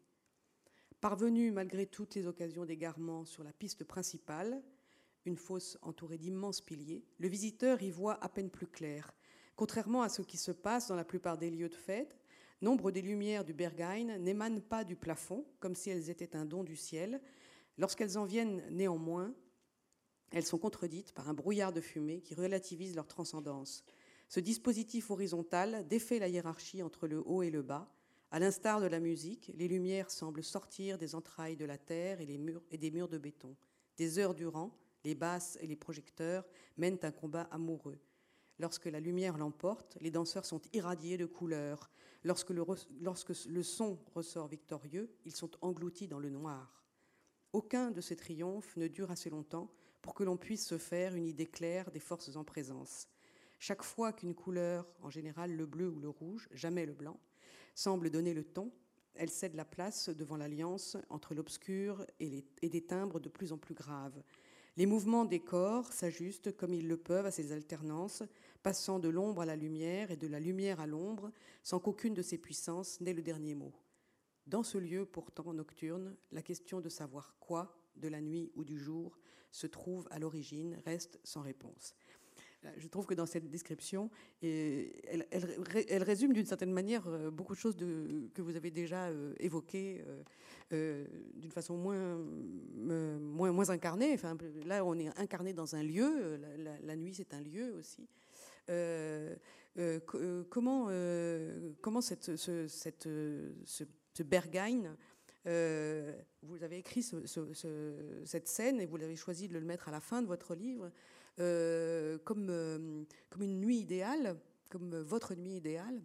Parvenu malgré toutes les occasions d'égarement sur la piste principale, une fosse entourée d'immenses piliers, le visiteur y voit à peine plus clair. Contrairement à ce qui se passe dans la plupart des lieux de fête, nombre des lumières du Berghain n'émanent pas du plafond, comme si elles étaient un don du ciel. Lorsqu'elles en viennent néanmoins, Elles sont contredites par un brouillard de fumée qui relativise leur transcendance. Ce dispositif horizontal défait la hiérarchie entre le haut et le bas. À l'instar de la musique, les lumières semblent sortir des entrailles de la terre et, les murs, et des murs de béton. Des heures durant, les basses et les projecteurs mènent un combat amoureux. Lorsque la lumière l'emporte, les danseurs sont irradiés de couleurs. Lorsque le, lorsque le son ressort victorieux, ils sont engloutis dans le noir. Aucun de ces triomphes ne dure assez longtemps pour que l'on puisse se faire une idée claire des forces en présence. Chaque fois qu'une couleur, en général le bleu ou le rouge, jamais le blanc, semble donner le ton, elle cède la place devant l'alliance entre l'obscur et, les, et des timbres de plus en plus graves. Les mouvements des corps s'ajustent comme ils le peuvent à ces alternances, passant de l'ombre à la lumière et de la lumière à l'ombre, sans qu'aucune de ces puissances n'ait le dernier mot. Dans ce lieu pourtant nocturne, la question de savoir quoi, de la nuit ou du jour, se trouve à l'origine, reste sans réponse. Je trouve que dans cette description, elle, elle, elle résume d'une certaine manière beaucoup de choses de, que vous avez déjà évoquées euh, d'une façon moins, moins, moins incarnée. Enfin, là, on est incarné dans un lieu. La, la, la nuit, c'est un lieu aussi. Euh, euh, comment, euh, comment cette, ce, cette, ce, ce Berghain, euh, vous avez écrit ce, ce, ce, cette scène et vous l'avez choisi de le mettre à la fin de votre livre, Euh, comme, euh, comme une nuit idéale, comme votre nuit idéale.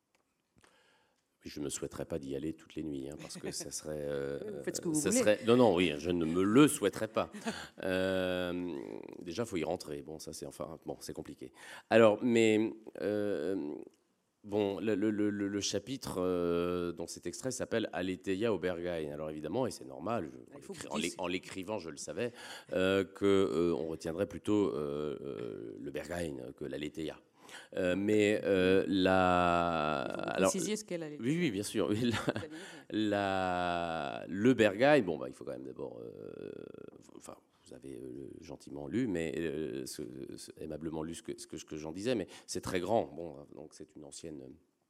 Je ne me souhaiterais pas d'y aller toutes les nuits, hein, parce que ça serait... Euh, vous faites ce que vous ça voulez. Serait, non, non, oui, je ne me le souhaiterais pas. euh, déjà, il faut y rentrer. Bon, ça, c'est enfin, bon, c'est compliqué. Alors, mais... Euh, Bon, le, le, le, le chapitre euh, dont cet extrait s'appelle Aletheia au Berghain. Alors évidemment, et c'est normal, je, en, en l'écrivant, je le savais, euh, qu'on euh, retiendrait plutôt euh, euh, le Berghain que l'Aletheia. Euh, mais euh, la. Alors, précisiez ce qu'est l'Aletheia. Oui, oui, bien sûr. Oui, la, la, le Berghain, bon, bah, il faut quand même d'abord. Euh, enfin, vous avez euh, gentiment lu, mais euh, ce, ce, aimablement lu ce que, ce que, ce que j'en disais, mais c'est très grand. Bon, donc c'est une ancienne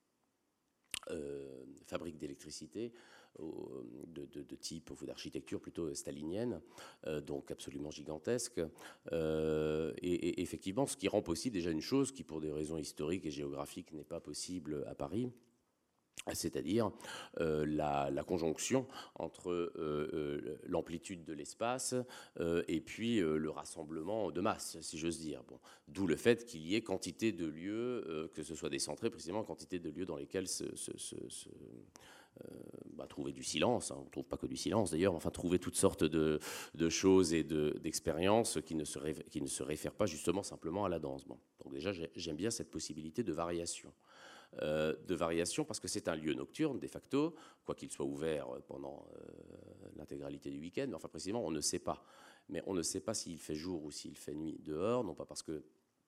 euh, fabrique d'électricité de, de, de type ou d'architecture plutôt stalinienne, euh, donc absolument gigantesque. Euh, et, et effectivement, ce qui rend possible déjà une chose qui, pour des raisons historiques et géographiques, n'est pas possible à Paris, c'est-à-dire euh, la, la conjonction entre euh, euh, l'amplitude de l'espace euh, et puis euh, le rassemblement de masse, si j'ose dire. Bon, d'où le fait qu'il y ait quantité de lieux, euh, que ce soit décentré précisément, quantité de lieux dans lesquels se, se, se, se euh, bah, trouver du silence, hein. On ne trouve pas que du silence d'ailleurs, enfin trouver toutes sortes de, de choses et d'expériences de, qui, ne se qui ne se réfèrent pas justement simplement à la danse. Bon, donc déjà j'aime bien cette possibilité de variation. Euh, de variation parce que c'est un lieu nocturne de facto, quoi qu'il soit ouvert pendant euh, l'intégralité du week-end, mais enfin précisément on ne sait pas. Mais on ne sait pas s'il fait jour ou s'il fait nuit dehors, non pas parce que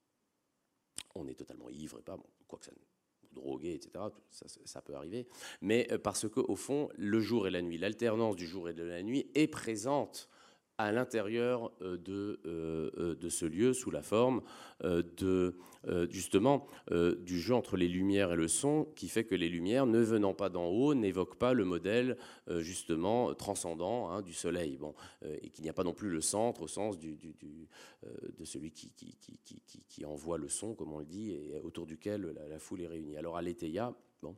on est totalement ivre et pas, bon, quoi que ça, drogué, et cetera, ça, ça peut arriver, mais parce qu'au fond, le jour et la nuit, l'alternance du jour et de la nuit est présente à l'intérieur de, euh, de ce lieu sous la forme euh, de, euh, justement euh, du jeu entre les lumières et le son qui fait que les lumières, ne venant pas d'en haut, n'évoquent pas le modèle euh, justement transcendant hein, du soleil. Bon, euh, et qu'il n'y a pas non plus le centre au sens du, du, du, euh, de celui qui, qui, qui, qui, qui envoie le son, comme on le dit, et autour duquel la, la foule est réunie. Alors Aletheia, bon,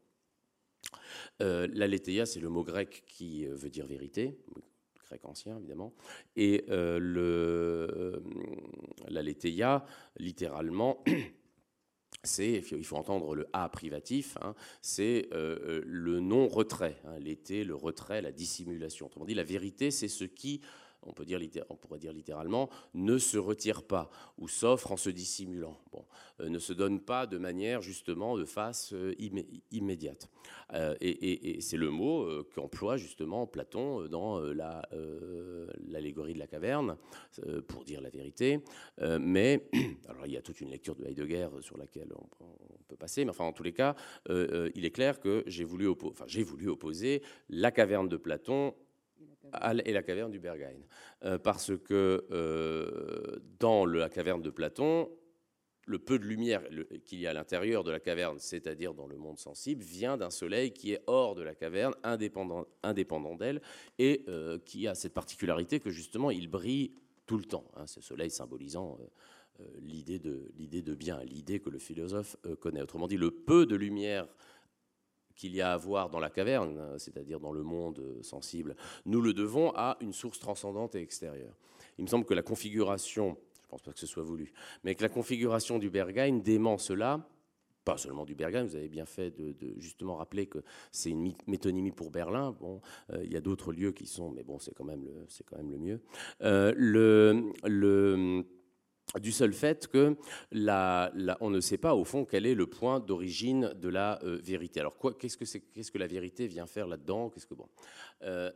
euh, l'Aletheia, c'est le mot grec qui veut dire vérité, grec ancien évidemment, et euh, le, l'Aletheia, littéralement, c'est, il faut entendre le A privatif, hein, c'est euh, le non-retrait, hein, l'été, le retrait, la dissimulation. Autrement dit, la vérité, c'est ce qui, on peut dire, on pourrait dire littéralement, ne se retire pas ou s'offre en se dissimulant. Bon, euh, ne se donne pas de manière justement de face euh, immé immédiate. Euh, et, et, et c'est le mot euh, qu'emploie justement Platon dans euh, la, euh, l'allégorie de la caverne euh, pour dire la vérité. Euh, mais alors il y a toute une lecture de Heidegger sur laquelle on, on peut passer. Mais enfin, en tous les cas, euh, euh, il est clair que j'ai voulu, oppo enfin, j'ai voulu opposer la caverne de Platon et la caverne du Berghain. Euh, parce que euh, dans le, la caverne de Platon, le peu de lumière qu'il y a à l'intérieur de la caverne, c'est-à-dire dans le monde sensible, vient d'un soleil qui est hors de la caverne, indépendant, indépendant d'elle, et euh, qui a cette particularité que justement il brille tout le temps, hein, ce soleil symbolisant euh, euh, l'idée de, l'idée de bien, l'idée que le philosophe euh, connaît. Autrement dit, le peu de lumière qu'il y a à voir dans la caverne, c'est-à-dire dans le monde sensible, nous le devons à une source transcendante et extérieure. Il me semble que la configuration, je ne pense pas que ce soit voulu, mais que la configuration du Berghain dément cela, pas seulement du Berghain, vous avez bien fait de, de justement rappeler que c'est une métonymie pour Berlin. Bon, euh, il y a d'autres lieux qui sont, mais bon, c'est quand même le, c'est quand même le mieux. Euh, le, le, du seul fait que la, la, on ne sait pas au fond quel est le point d'origine de la euh, vérité. Alors quoi, qu'est-ce que c'est, qu'est-ce que la vérité vient faire là-dedans? Qu'est-ce que bon euh,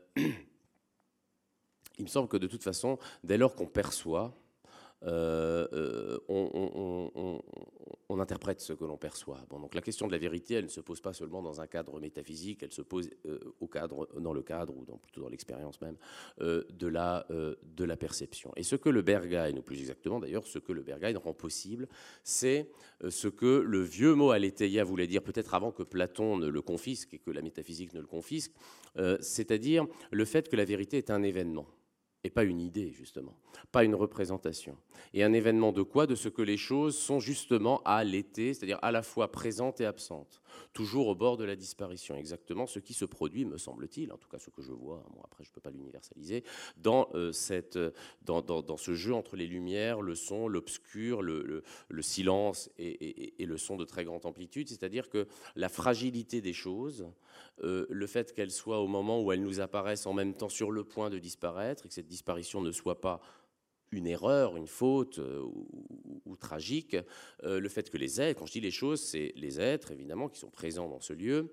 il me semble que de toute façon, dès lors qu'on perçoit, Euh, euh, on, on, on, on interprète ce que l'on perçoit. Bon, donc la question de la vérité, elle ne se pose pas seulement dans un cadre métaphysique, elle se pose euh, au cadre, dans le cadre, ou dans, plutôt dans l'expérience même, euh, de, la, euh, de la perception. Et ce que le Berghain, ou plus exactement d'ailleurs, ce que le Berghain rend possible, c'est euh, ce que le vieux mot aletheia voulait dire, peut-être avant que Platon ne le confisque et que la métaphysique ne le confisque, euh, c'est-à-dire le fait que la vérité est un événement. Et pas une idée, justement, pas une représentation. Et un événement de quoi? De ce que les choses sont justement à l'été, c'est-à-dire à la fois présentes et absentes, toujours au bord de la disparition. Exactement ce qui se produit, me semble-t-il, en tout cas ce que je vois, bon, après je ne peux pas l'universaliser, dans, euh, cette, dans, dans, dans ce jeu entre les lumières, le son, l'obscur, le, le, le silence et, et, et le son de très grande amplitude, c'est-à-dire que la fragilité des choses, euh, le fait qu'elles soient au moment où elles nous apparaissent en même temps sur le point de disparaître, et que cette disparition ne soit pas une erreur, une faute euh, ou, ou, ou tragique, euh, le fait que les êtres, quand je dis les choses, c'est les êtres évidemment qui sont présents dans ce lieu,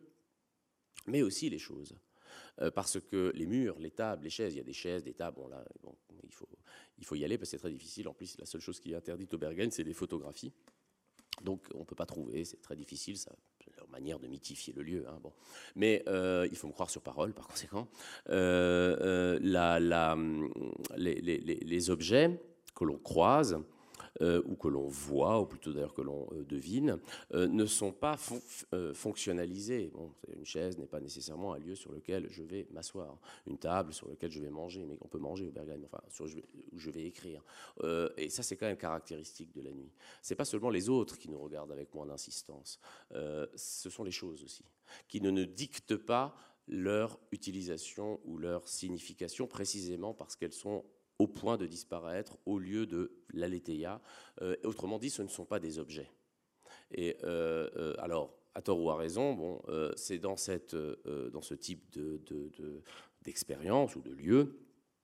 mais aussi les choses. Euh, parce que les murs, les tables, les chaises, il y a des chaises, des tables, bon là, bon, il, faut, il faut y aller parce que c'est très difficile. En plus, la seule chose qui est interdite au Berghain, c'est les photographies. Donc on ne peut pas trouver, c'est très difficile, ça, c'est leur manière de mythifier le lieu. Hein, bon. Mais euh, il faut me croire sur parole, par conséquent. Euh, euh, la, la, les, les, les objets que l'on croise, euh, ou que l'on voit, ou plutôt d'ailleurs que l'on euh, devine, euh, ne sont pas fon euh, fonctionnalisés. Bon, une chaise n'est pas nécessairement un lieu sur lequel je vais m'asseoir, une table sur laquelle je vais manger, mais on peut manger au Berghain, enfin, sur, je vais, où je vais écrire. Euh, et ça, c'est quand même caractéristique de la nuit. C'est pas seulement les autres qui nous regardent avec moins d'insistance, euh, ce sont les choses aussi, qui ne nous dictent pas leur utilisation ou leur signification, précisément parce qu'elles sont au point de disparaître au lieu de l'aletheia. Euh, autrement dit, ce ne sont pas des objets. Et euh, euh, alors, à tort ou à raison, bon, euh, c'est dans, cette, euh, dans ce type de, de, de, d'expérience ou de lieu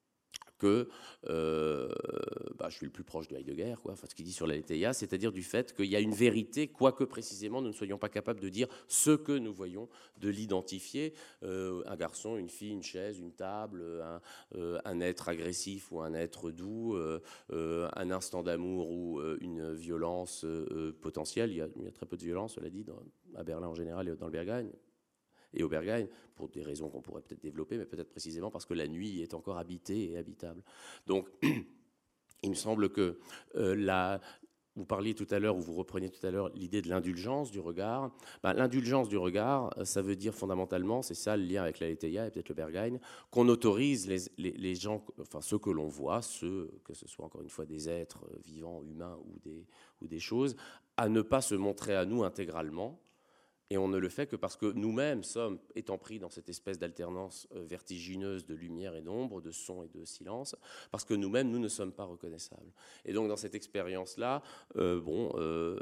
que euh, bah, je suis le plus proche de Heidegger, quoi, enfin, ce qu'il dit sur l'aletheia, c'est-à-dire du fait qu'il y a une vérité, quoique précisément nous ne soyons pas capables de dire ce que nous voyons, de l'identifier. Euh, un garçon, une fille, une chaise, une table, un, euh, un être agressif ou un être doux, euh, euh, un instant d'amour ou euh, une violence euh, potentielle. Il y, a, il y a très peu de violence, cela dit, dans, à Berlin en général et dans le Berghain. Et au Berghain, pour des raisons qu'on pourrait peut-être développer, mais peut-être précisément parce que la nuit est encore habitée et habitable. Donc, il me semble que euh, la, vous parliez tout à l'heure, ou vous repreniez tout à l'heure l'idée de l'indulgence du regard. Ben, l'indulgence du regard, ça veut dire fondamentalement, c'est ça le lien avec l'aletheia et peut-être le Berghain, qu'on autorise les, les, les gens, enfin ceux que l'on voit, ceux, que ce soit encore une fois des êtres vivants, humains ou des, ou des choses, à ne pas se montrer à nous intégralement. Et on ne le fait que parce que nous-mêmes sommes, étant pris dans cette espèce d'alternance vertigineuse de lumière et d'ombre, de son et de silence, parce que nous-mêmes, nous ne sommes pas reconnaissables. Et donc, dans cette expérience-là, euh, bon, euh,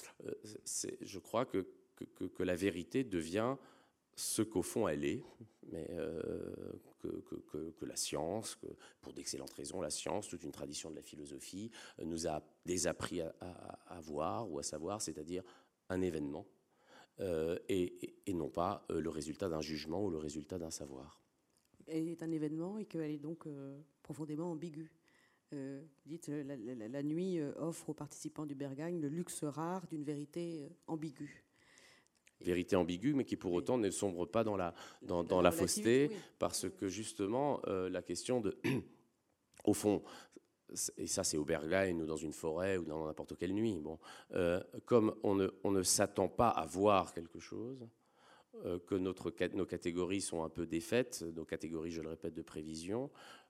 je crois que, que, que la vérité devient ce qu'au fond elle est, mais euh, que, que, que, que la science, que, pour d'excellentes raisons, la science, toute une tradition de la philosophie, nous a désappris à, à, à voir ou à savoir, c'est-à-dire un événement. Euh, et, et non pas euh, le résultat d'un jugement ou le résultat d'un savoir. Elle est un événement et qu'elle est donc euh, profondément ambiguë. Euh, vous dites la, la, la nuit euh, offre aux participants du Berghain le luxe rare d'une vérité euh, ambiguë. Vérité ambiguë, mais qui pour autant ne sombre pas dans la, dans, dans la fausseté, oui. Parce que justement, euh, la question de... au fond... et ça c'est au Berghain ou dans une forêt ou dans n'importe quelle nuit, bon, euh, comme on ne, on ne s'attend pas à voir quelque chose, euh, que notre, nos catégories sont un peu défaites, nos catégories, je le répète, de prévision,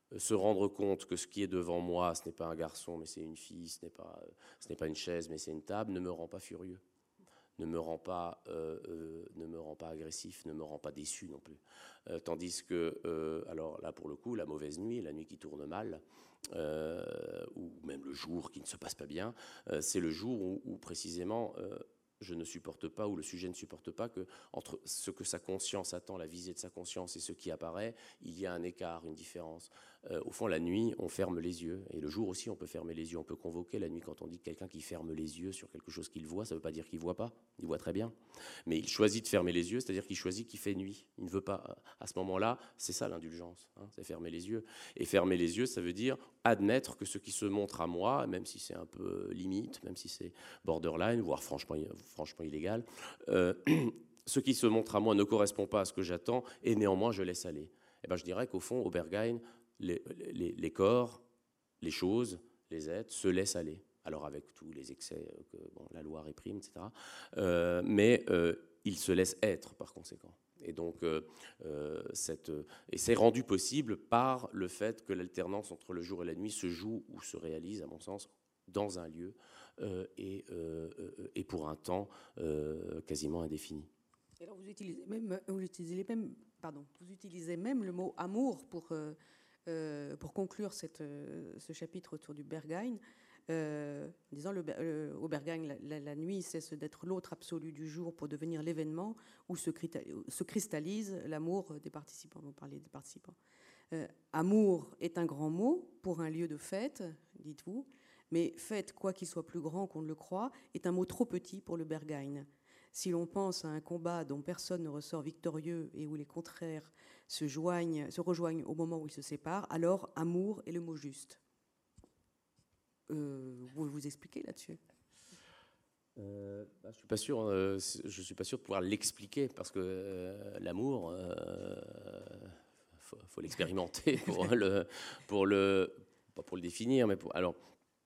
se rendre compte que ce qui est devant moi, ce n'est pas un garçon, mais c'est une fille, ce n'est pas, ce n'est pas une chaise, mais c'est une table, ne me rend pas furieux, ne me rend pas, euh, euh, ne me rend pas agressif, ne me rend pas déçu non plus. Euh, tandis que, euh, alors là pour le coup, la mauvaise nuit, la nuit qui tourne mal, euh, ou même le jour qui ne se passe pas bien, euh, c'est le jour où, où précisément euh, je ne supporte pas, ou le sujet ne supporte pas que entre ce que sa conscience attend, la visée de sa conscience, et ce qui apparaît, il y a un écart, une différence. Euh, au fond, la nuit, on ferme les yeux. Et le jour aussi, on peut fermer les yeux. On peut convoquer la nuit quand on dit quelqu'un qui ferme les yeux sur quelque chose qu'il voit. Ça ne veut pas dire qu'il ne voit pas. Il voit très bien. Mais il choisit de fermer les yeux, c'est-à-dire qu'il choisit qu'il fait nuit. Il ne veut pas. À ce moment-là, c'est ça l'indulgence. Hein, c'est fermer les yeux. Et fermer les yeux, ça veut dire admettre que ce qui se montre à moi, même si c'est un peu limite, même si c'est borderline, voire franchement, franchement illégal, euh, ce qui se montre à moi ne correspond pas à ce que j'attends, et néanmoins, je laisse aller. Et ben, je dirais qu'au fond, au Berghain, Les, les, les corps, les choses, les êtres se laissent aller. Alors avec tous les excès que bon, la loi réprime, et cetera. Euh, mais euh, ils se laissent être par conséquent. Et donc, euh, euh, cette, et c'est rendu possible par le fait que l'alternance entre le jour et la nuit se joue ou se réalise, à mon sens, dans un lieu euh, et, euh, et pour un temps euh, quasiment indéfini. Et alors vous utilisez même, vous utilisez même, pardon, vous utilisez même le mot amour pour euh, Euh, pour conclure cette, euh, ce chapitre autour du Berghain, euh, disant le, euh, au Berghain, la, la, la nuit cesse d'être l'autre absolu du jour pour devenir l'événement où se, se cristallise l'amour des participants. Vous parlez des participants. Euh, amour est un grand mot pour un lieu de fête, dites-vous, mais fête, quoi qu'il soit plus grand qu'on ne le croit, est un mot trop petit pour le Berghain. Si l'on pense à un combat dont personne ne ressort victorieux et où les contraires se, joignent, se rejoignent au moment où ils se séparent, alors amour est le mot juste. Euh, vous pouvez vous expliquer là-dessus? Euh, bah, je suis pas sûr. Euh, je suis pas sûr de pouvoir l'expliquer parce que euh, l'amour, euh, faut, faut l'expérimenter pour le, pour le, pas pour le définir, mais pour. Alors,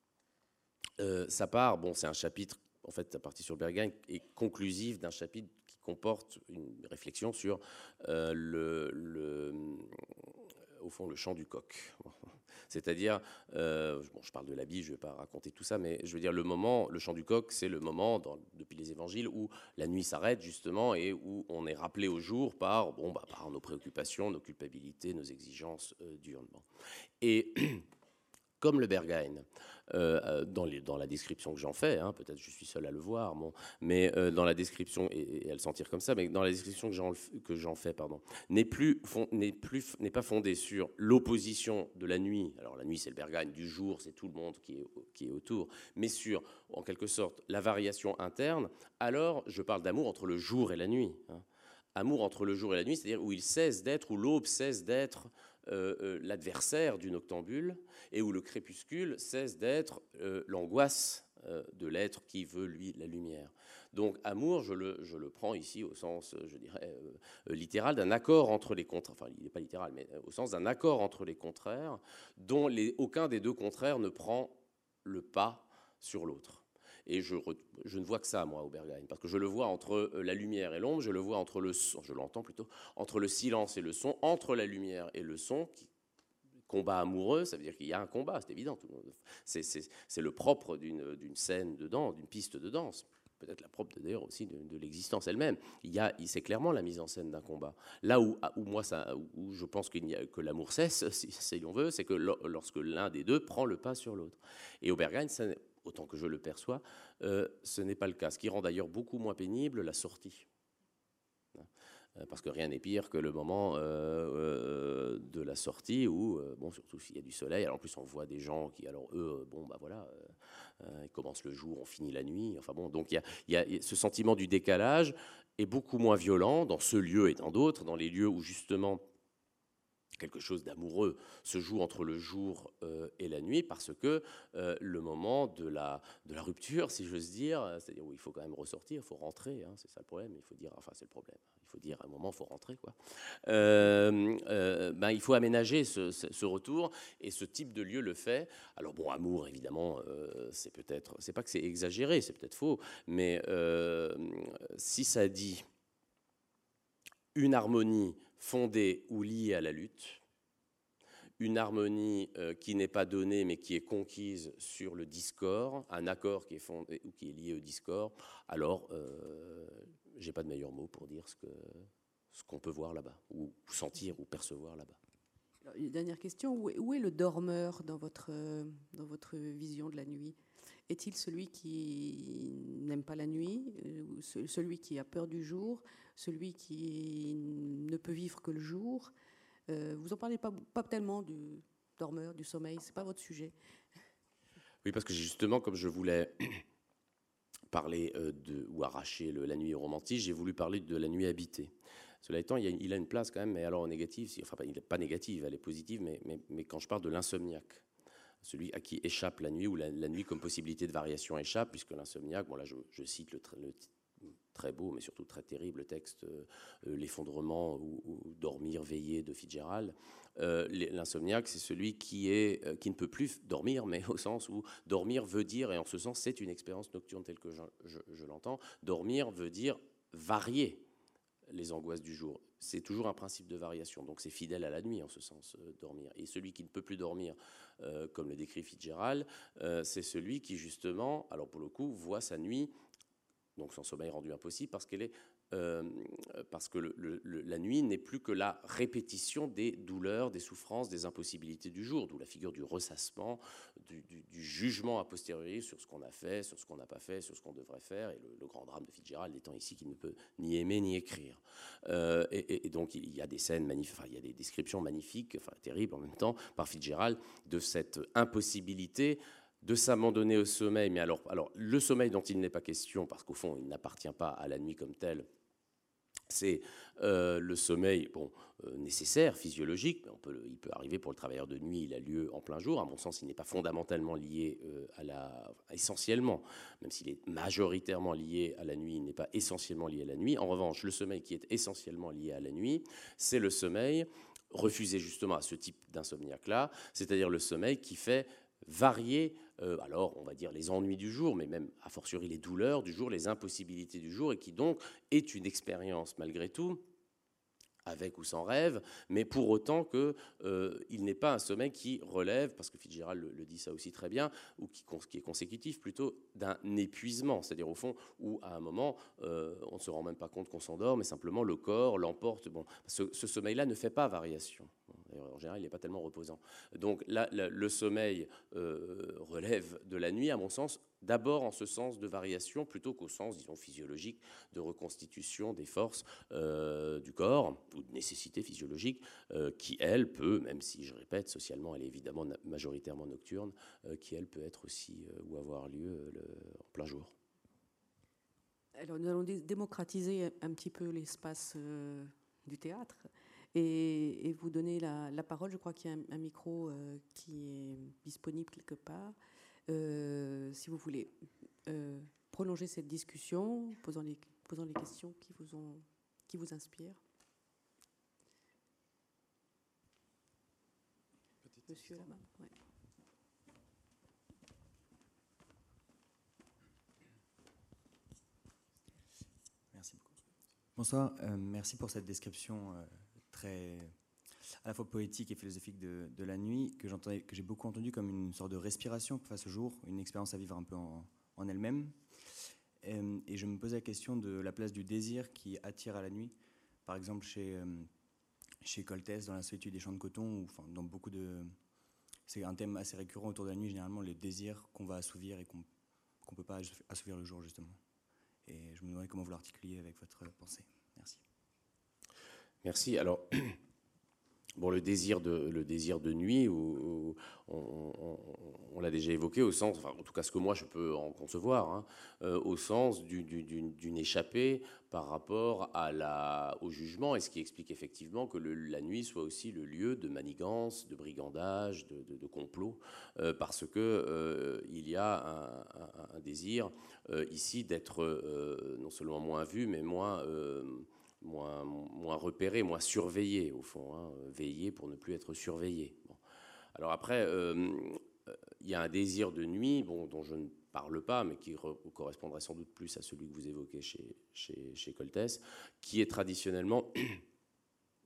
euh, ça part. Bon, c'est un chapitre. En fait, la partie sur Berghain est conclusive d'un chapitre qui comporte une réflexion sur euh, le, le, au fond, le chant du coq. C'est-à-dire, euh, bon, je parle de l'habit, je ne vais pas raconter tout ça, mais je veux dire, le moment, le chant du coq, c'est le moment, dans, depuis les évangiles, où la nuit s'arrête, justement, et où on est rappelé au jour par, bon, bah, par nos préoccupations, nos culpabilités, nos exigences euh, diurnes. Et comme le Berghain, euh, dans, les, dans la description que j'en fais, hein, peut-être je suis seul à le voir, bon, mais euh, dans la description, et, et à le sentir comme ça, mais dans la description que j'en, que j'en fais, pardon, n'est, plus, n'est, plus, n'est pas fondée sur l'opposition de la nuit, alors la nuit c'est le Berghain, du jour c'est tout le monde qui est, qui est autour, mais sur, en quelque sorte, la variation interne, alors je parle d'amour entre le jour et la nuit. Hein. Amour entre le jour et la nuit, c'est-à-dire où il cesse d'être, où l'aube cesse d'être Euh, euh, l'adversaire du noctambule et où le crépuscule cesse d'être euh, l'angoisse euh, de l'être qui veut, lui, la lumière. Donc, amour, je le, je le prends ici au sens, je dirais, euh, littéral d'un accord entre les contraires, enfin, il n'est pas littéral, mais au sens d'un accord entre les contraires dont les, aucun des deux contraires ne prend le pas sur l'autre. Et je, je ne vois que ça, moi, au Berghain, parce que je le vois entre la lumière et l'ombre, je le vois entre le son, je l'entends plutôt, entre le silence et le son, entre la lumière et le son, qui, combat amoureux, ça veut dire qu'il y a un combat, c'est évident. C'est, c'est, c'est le propre d'une, d'une scène de danse, d'une piste de danse, peut-être la propre d'ailleurs aussi de, de l'existence elle-même. Il y a, c'est clairement la mise en scène d'un combat. Là où, où moi, ça, où je pense qu'il n'y a, que l'amour cesse, si, si l'on veut, c'est que lorsque l'un des deux prend le pas sur l'autre. Et au Berghain, ça, autant que je le perçois, euh, ce n'est pas le cas. Ce qui rend d'ailleurs beaucoup moins pénible la sortie. Parce que rien n'est pire que le moment euh, euh, de la sortie où, euh, bon, surtout s'il y a du soleil, alors en plus on voit des gens qui, alors eux, bon, bah voilà, euh, ils commencent le jour, on finit la nuit, enfin bon, donc il y a, y a ce sentiment du décalage est beaucoup moins violent dans ce lieu et dans d'autres, dans les lieux où justement quelque chose d'amoureux se joue entre le jour euh, et la nuit, parce que euh, le moment de la, de la rupture, si j'ose dire, c'est-à-dire où il faut quand même ressortir, il faut rentrer, hein, c'est ça le problème, il faut dire, enfin c'est le problème, il faut dire à un moment, il faut rentrer, quoi. Euh, euh, ben, il faut aménager ce, ce, ce retour, et ce type de lieu le fait. Alors bon, amour, évidemment, euh, c'est peut-être, c'est pas que c'est exagéré, c'est peut-être faux, mais euh, si ça dit une harmonie fondée ou liée à la lutte, une harmonie euh, qui n'est pas donnée mais qui est conquise sur le discord, un accord qui est fondé ou qui est lié au discord, alors euh, j'ai pas de meilleur mot pour dire ce que ce qu'on peut voir là-bas ou sentir ou percevoir là-bas. Alors, une dernière question, où est, où est le dormeur dans votre dans votre vision de la nuit? Est-il celui qui n'aime pas la nuit, ou celui qui a peur du jour, celui qui ne peut vivre que le jour? Euh, vous en parlez pas, pas tellement du dormeur, du sommeil, c'est pas votre sujet. Oui, parce que justement, comme je voulais parler de, ou arracher le, la nuit romantique, j'ai voulu parler de la nuit habitée. Cela étant, il, y a, il a une place quand même, mais alors en négative, enfin pas négative, elle est positive, mais, mais, mais quand je parle de l'insomniaque, celui à qui échappe la nuit, ou la, la nuit comme possibilité de variation échappe, puisque l'insomniaque, bon là je, je cite le, le très beau, mais surtout très terrible texte, euh, L'effondrement ou, ou Dormir, veiller de Fitzgerald. Euh, L'insomniaque, c'est celui qui, est, euh, qui ne peut plus dormir, mais au sens où dormir veut dire, et en ce sens c'est une expérience nocturne telle que je, je, je l'entends, dormir veut dire varier les angoisses du jour. C'est toujours un principe de variation, donc c'est fidèle à la nuit en ce sens, euh, dormir. Et celui qui ne peut plus dormir, euh, comme le décrit Fitzgerald, euh, c'est celui qui justement, alors pour le coup, voit sa nuit, donc son sommeil rendu impossible, parce qu'elle est, euh, parce que le, le, la nuit n'est plus que la répétition des douleurs, des souffrances, des impossibilités du jour, d'où la figure du ressassement, du, du, du jugement a posteriori sur ce qu'on a fait, sur ce qu'on n'a pas fait, sur ce qu'on devrait faire, et le, le grand drame de Fitzgerald étant ici qu'il ne peut ni aimer ni écrire. Euh, et, et donc il y a des scènes magnifiques, enfin, il y a des descriptions magnifiques, enfin terribles en même temps, par Fitzgerald, de cette impossibilité de s'abandonner au sommeil. Mais alors, alors, le sommeil dont il n'est pas question, parce qu'au fond, il n'appartient pas à la nuit comme telle, c'est euh, le sommeil bon, euh, nécessaire, physiologique, mais on peut, il peut arriver pour le travailleur de nuit, il a lieu en plein jour. À mon sens, il n'est pas fondamentalement lié euh, à la... essentiellement, même s'il est majoritairement lié à la nuit, il n'est pas essentiellement lié à la nuit. En revanche, le sommeil qui est essentiellement lié à la nuit, c'est le sommeil refusé justement à ce type d'insomniaque-là, c'est-à-dire le sommeil qui fait varier, euh, alors on va dire les ennuis du jour, mais même a fortiori les douleurs du jour, les impossibilités du jour, et qui donc est une expérience malgré tout, avec ou sans rêve, mais pour autant qu'il euh, n'est pas un sommeil qui relève, parce que Fitzgerald le, le dit ça aussi très bien, ou qui, qui est consécutif plutôt d'un épuisement, c'est-à-dire au fond où à un moment euh, on ne se rend même pas compte qu'on s'endort, mais simplement le corps l'emporte. Bon, ce, ce sommeil-là ne fait pas variation. En général, il n'est pas tellement reposant. Donc là, là le sommeil euh, relève de la nuit, à mon sens, d'abord en ce sens de variation, plutôt qu'au sens, disons, physiologique, de reconstitution des forces euh, du corps, ou de nécessité physiologique, euh, qui, elle, peut, même si, je répète, socialement, elle est évidemment majoritairement nocturne, euh, qui, elle, peut être aussi, euh, ou avoir lieu euh, le, en plein jour. Alors, nous allons dé démocratiser un petit peu l'espace euh, du théâtre. Et, et vous donner la, la parole. Je crois qu'il y a un, un micro euh, qui est disponible quelque part. Euh, si vous voulez euh, prolonger cette discussion, posant les, posant les questions qui vous, ont, qui vous inspirent. Petite Monsieur là-bas. Ouais. Merci beaucoup. Bonsoir, euh, merci pour cette description euh, très à la fois poétique et philosophique de, de la nuit, que j'entendais, que j'ai beaucoup entendu comme une sorte de respiration face au jour, une expérience à vivre un peu en, en elle-même. Et, et je me posais la question de la place du désir qui attire à la nuit. Par exemple, chez, euh, chez Coltès, dans La solitude des champs de coton, ou enfin, dans beaucoup de... C'est un thème assez récurrent autour de la nuit, généralement, les désirs qu'on va assouvir et qu'on qu'on ne peut pas assouvir le jour, justement. Et je me demandais comment vous l'articuliez avec votre pensée. Merci. Merci. Alors... Bon, le désir de, le désir de nuit, où, où on, on, on l'a déjà évoqué, au sens, enfin, en tout cas ce que moi je peux en concevoir, hein, euh, au sens du, du, d'une, d'une échappée par rapport à la, au jugement, et ce qui explique effectivement que le, la nuit soit aussi le lieu de manigance, de brigandage, de, de, de complot, euh, parce que euh, il y a un, un, un désir euh, ici d'être euh, non seulement moins vu, mais moins... Euh, Moins, moins repéré, moins surveillé, au fond, hein, veiller pour ne plus être surveillé. Bon. Alors après, euh, il y a un désir de nuit, bon, dont je ne parle pas, mais qui re- correspondrait sans doute plus à celui que vous évoquez chez, chez, chez Coltès, qui est traditionnellement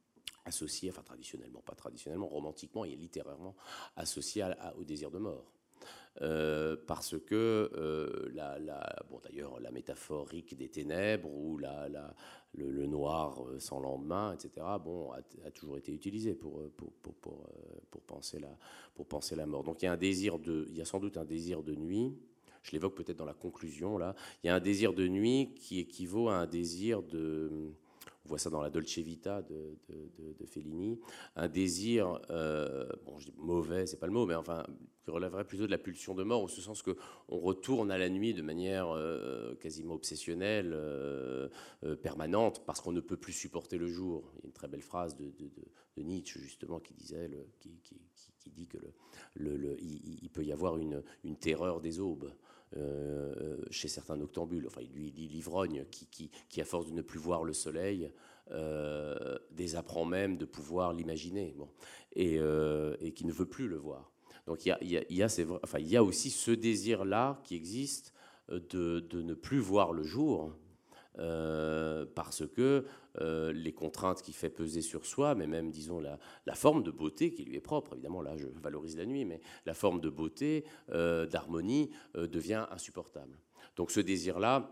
associé, enfin traditionnellement, pas traditionnellement, romantiquement et littérairement associé à, à, au désir de mort. Euh, parce que, euh, la, la, bon, d'ailleurs, la métaphorique des ténèbres ou la, la, le, le noir sans lendemain, et cetera, bon, a, a toujours été utilisé pour, pour, pour, pour, pour, penser la, pour penser la mort. Donc il y a un désir de, il y a sans doute un désir de nuit. Je l'évoque peut-être dans la conclusion, là. Il y a un désir de nuit qui équivaut à un désir de... On voit ça dans la Dolce Vita de, de, de, de Fellini, un désir, euh, bon, je dis mauvais, c'est pas le mot, mais enfin, qui relèverait plutôt de la pulsion de mort, au sens qu'on retourne à la nuit de manière euh, quasiment obsessionnelle, euh, euh, permanente, parce qu'on ne peut plus supporter le jour. Il y a une très belle phrase de, de, de, de Nietzsche, justement, qui disait, le, qui, qui, qui, qui dit que le, le, le, il, il peut y avoir une, une terreur des aubes. Euh, chez certains noctambules, enfin lui il dit l'ivrogne qui, qui, qui à force de ne plus voir le soleil euh, désapprend même de pouvoir l'imaginer, bon, et, euh, et qui ne veut plus le voir. Donc il y a, il y a, il y a, c'est vrai, enfin, il y a aussi ce désir-là qui existe de, de ne plus voir le jour, euh, parce que euh, les contraintes qu'il fait peser sur soi, mais même, disons, la, la forme de beauté qui lui est propre, évidemment, là, je valorise la nuit, mais la forme de beauté, euh, d'harmonie, euh, devient insupportable. Donc ce désir-là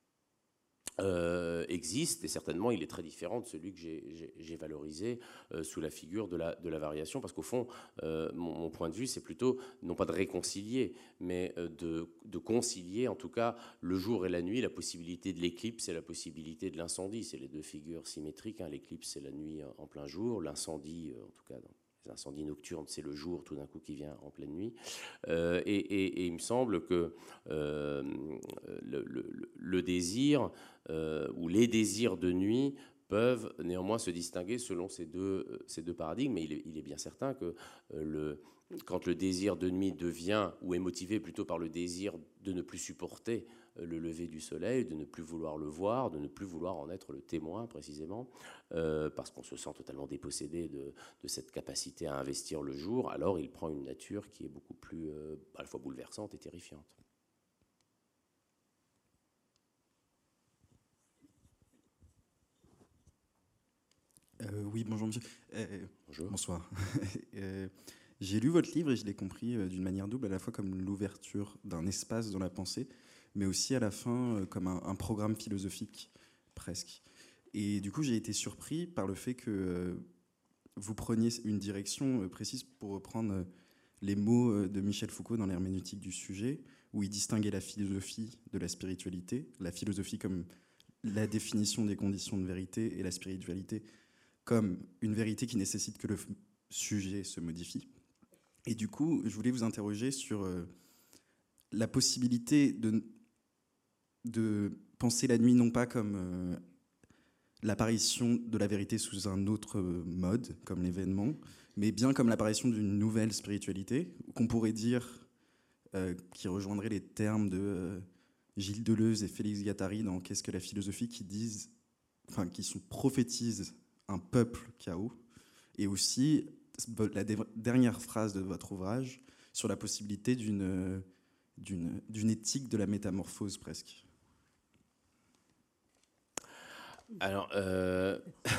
euh, existe, et certainement, il est très différent de celui que j'ai valorisé euh, sous la figure de la, de la variation, parce qu'au fond, euh, mon, mon point de vue, c'est plutôt, non pas de réconcilier, mais euh, de, de concilier, en tout cas, le jour et la nuit, la possibilité de l'éclipse et la possibilité de l'incendie. C'est les deux figures symétriques, hein. L'éclipse, c'est la nuit en plein jour, l'incendie, euh, en tout cas, dans les incendies nocturnes, c'est le jour, tout d'un coup, qui vient en pleine nuit. Euh, et, et, et il me semble que euh, le, le, le désir, euh, ou les désirs de nuit, peuvent néanmoins se distinguer selon ces deux, ces deux paradigmes. Mais il est, il est bien certain que euh, le, quand le désir de nuit devient, ou est motivé plutôt par le désir de ne plus supporter le lever du soleil, de ne plus vouloir le voir, de ne plus vouloir en être le témoin précisément, euh, parce qu'on se sent totalement dépossédé de, de cette capacité à investir le jour, alors il prend une nature qui est beaucoup plus euh, à la fois bouleversante et terrifiante. Euh, oui, bonjour monsieur. Euh, bonjour. Bonsoir. euh, J'ai lu votre livre et je l'ai compris euh, d'une manière double, à la fois comme l'ouverture d'un espace dans la pensée, mais aussi à la fin euh, comme un, un programme philosophique, presque. Et du coup, j'ai été surpris par le fait que euh, vous preniez une direction euh, précise pour reprendre euh, les mots euh, de Michel Foucault dans l'herméneutique du sujet, où il distinguait la philosophie de la spiritualité, la philosophie comme la définition des conditions de vérité et la spiritualité comme une vérité qui nécessite que le sujet se modifie. Et du coup, je voulais vous interroger sur euh, la possibilité de, de penser la nuit non pas comme euh, l'apparition de la vérité sous un autre mode, comme l'événement, mais bien comme l'apparition d'une nouvelle spiritualité, qu'on pourrait dire, euh, qui rejoindrait les termes de euh, Gilles Deleuze et Félix Guattari dans Qu'est-ce que la philosophie, qui disent, enfin, qui sont prophétisent un peuple chaos, et aussi la dernière phrase de votre ouvrage sur la possibilité d'une d'une d'une éthique de la métamorphose presque. Alors, euh...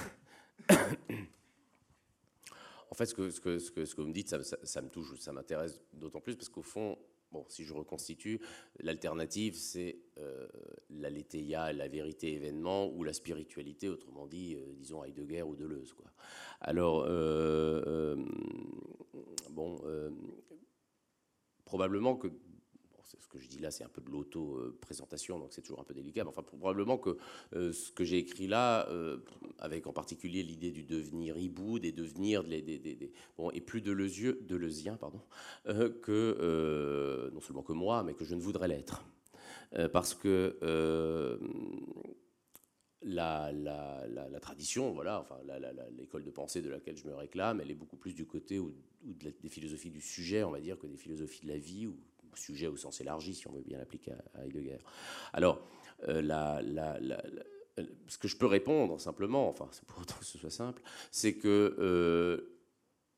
en fait, ce que, ce, que, ce, que, ce que vous me dites, ça, ça, ça me touche, ça m'intéresse d'autant plus parce qu'au fond, bon, si je reconstitue, l'alternative, c'est euh, l'aletheia, la vérité événement, ou la spiritualité, autrement dit, euh, disons Heidegger ou Deleuze, quoi. Alors, euh, euh, bon, euh, probablement que, bon, ce que je dis là, c'est un peu de l'auto-présentation, donc c'est toujours un peu délicat, mais enfin, probablement que euh, ce que j'ai écrit là, euh, avec en particulier l'idée du devenir hibou, des devenirs, des, des, des, des, bon, et plus deleuzien, deleuzien, pardon, euh, que, euh, non seulement que moi, mais que je ne voudrais l'être. Euh, parce que euh, la, la, la, la tradition, voilà, enfin, l'école de pensée de laquelle je me réclame, elle est beaucoup plus du côté ou, ou de la, des philosophies du sujet, on va dire, que des philosophies de la vie, ou sujet au sens élargi, si on veut bien l'appliquer à, à Heidegger. Alors, euh, la, la, la, la, ce que je peux répondre simplement, enfin, c'est pour autant que ce soit simple, c'est que euh,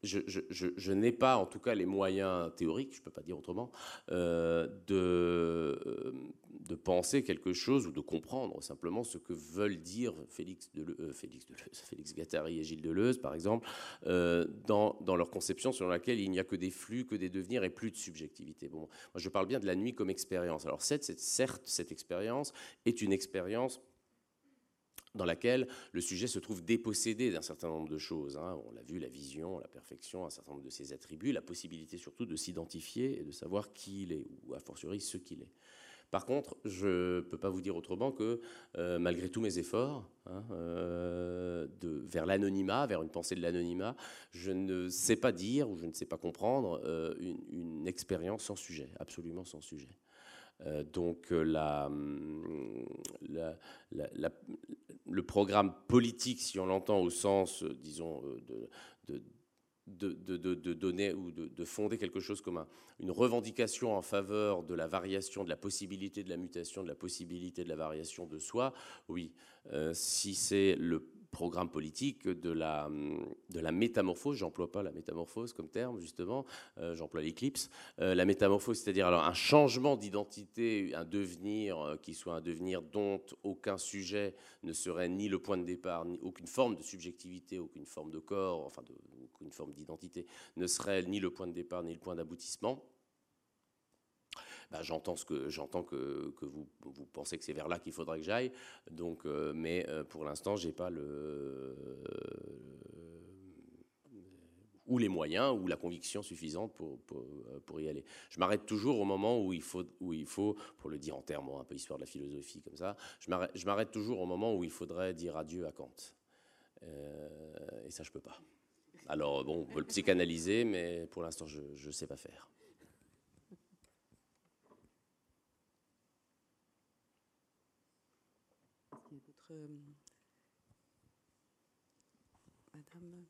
je, je, je, je n'ai pas, en tout cas, les moyens théoriques, je ne peux pas dire autrement, euh, de, euh, de penser quelque chose ou de comprendre simplement ce que veulent dire Félix, Deleuze, euh, Félix, Deleuze, Félix Guattari et Gilles Deleuze, par exemple, euh, dans, dans leur conception selon laquelle il n'y a que des flux, que des devenirs et plus de subjectivité. Bon, moi, je parle bien de la nuit comme expérience. Alors, cette, cette, certes, cette expérience est une expérience dans laquelle le sujet se trouve dépossédé d'un certain nombre de choses. Hein. On l'a vu, la vision, la perfection, un certain nombre de ses attributs, la possibilité surtout de s'identifier et de savoir qui il est, ou a fortiori ce qu'il est. Par contre, je ne peux pas vous dire autrement que, euh, malgré tous mes efforts, hein, euh, de, vers l'anonymat, vers une pensée de l'anonymat, je ne sais pas dire ou je ne sais pas comprendre euh, une, une expérience sans sujet, absolument sans sujet. Euh, donc la, la, la, la, le programme politique, si on l'entend au sens, disons, de, de, de, de, de, de donner ou de, de fonder quelque chose comme un, une revendication en faveur de la variation, de la possibilité de la mutation, de la possibilité de la variation de soi, oui, euh, si c'est le programme politique de la, de la métamorphose, j'emploie pas la métamorphose comme terme justement, euh, j'emploie l'éclipse, euh, la métamorphose, c'est-à-dire alors un changement d'identité, un devenir euh, qui soit un devenir dont aucun sujet ne serait ni le point de départ, ni aucune forme de subjectivité, aucune forme de corps, enfin de, aucune forme d'identité ne serait ni le point de départ ni le point d'aboutissement. Ben, j'entends, ce que, j'entends que, que vous, vous pensez que c'est vers là qu'il faudrait que j'aille, donc, euh, mais euh, pour l'instant, j'ai pas le, euh, ou les moyens ou la conviction suffisante pour, pour, pour y aller. Je m'arrête toujours au moment où il faut, où il faut, pour le dire en termes un peu histoire de la philosophie comme ça, je m'arrête, je m'arrête toujours au moment où il faudrait dire adieu à Kant. Euh, et ça, je peux pas. Alors, bon, on peut le psychanalyser, mais pour l'instant, je ne sais pas faire. Euh, Madame.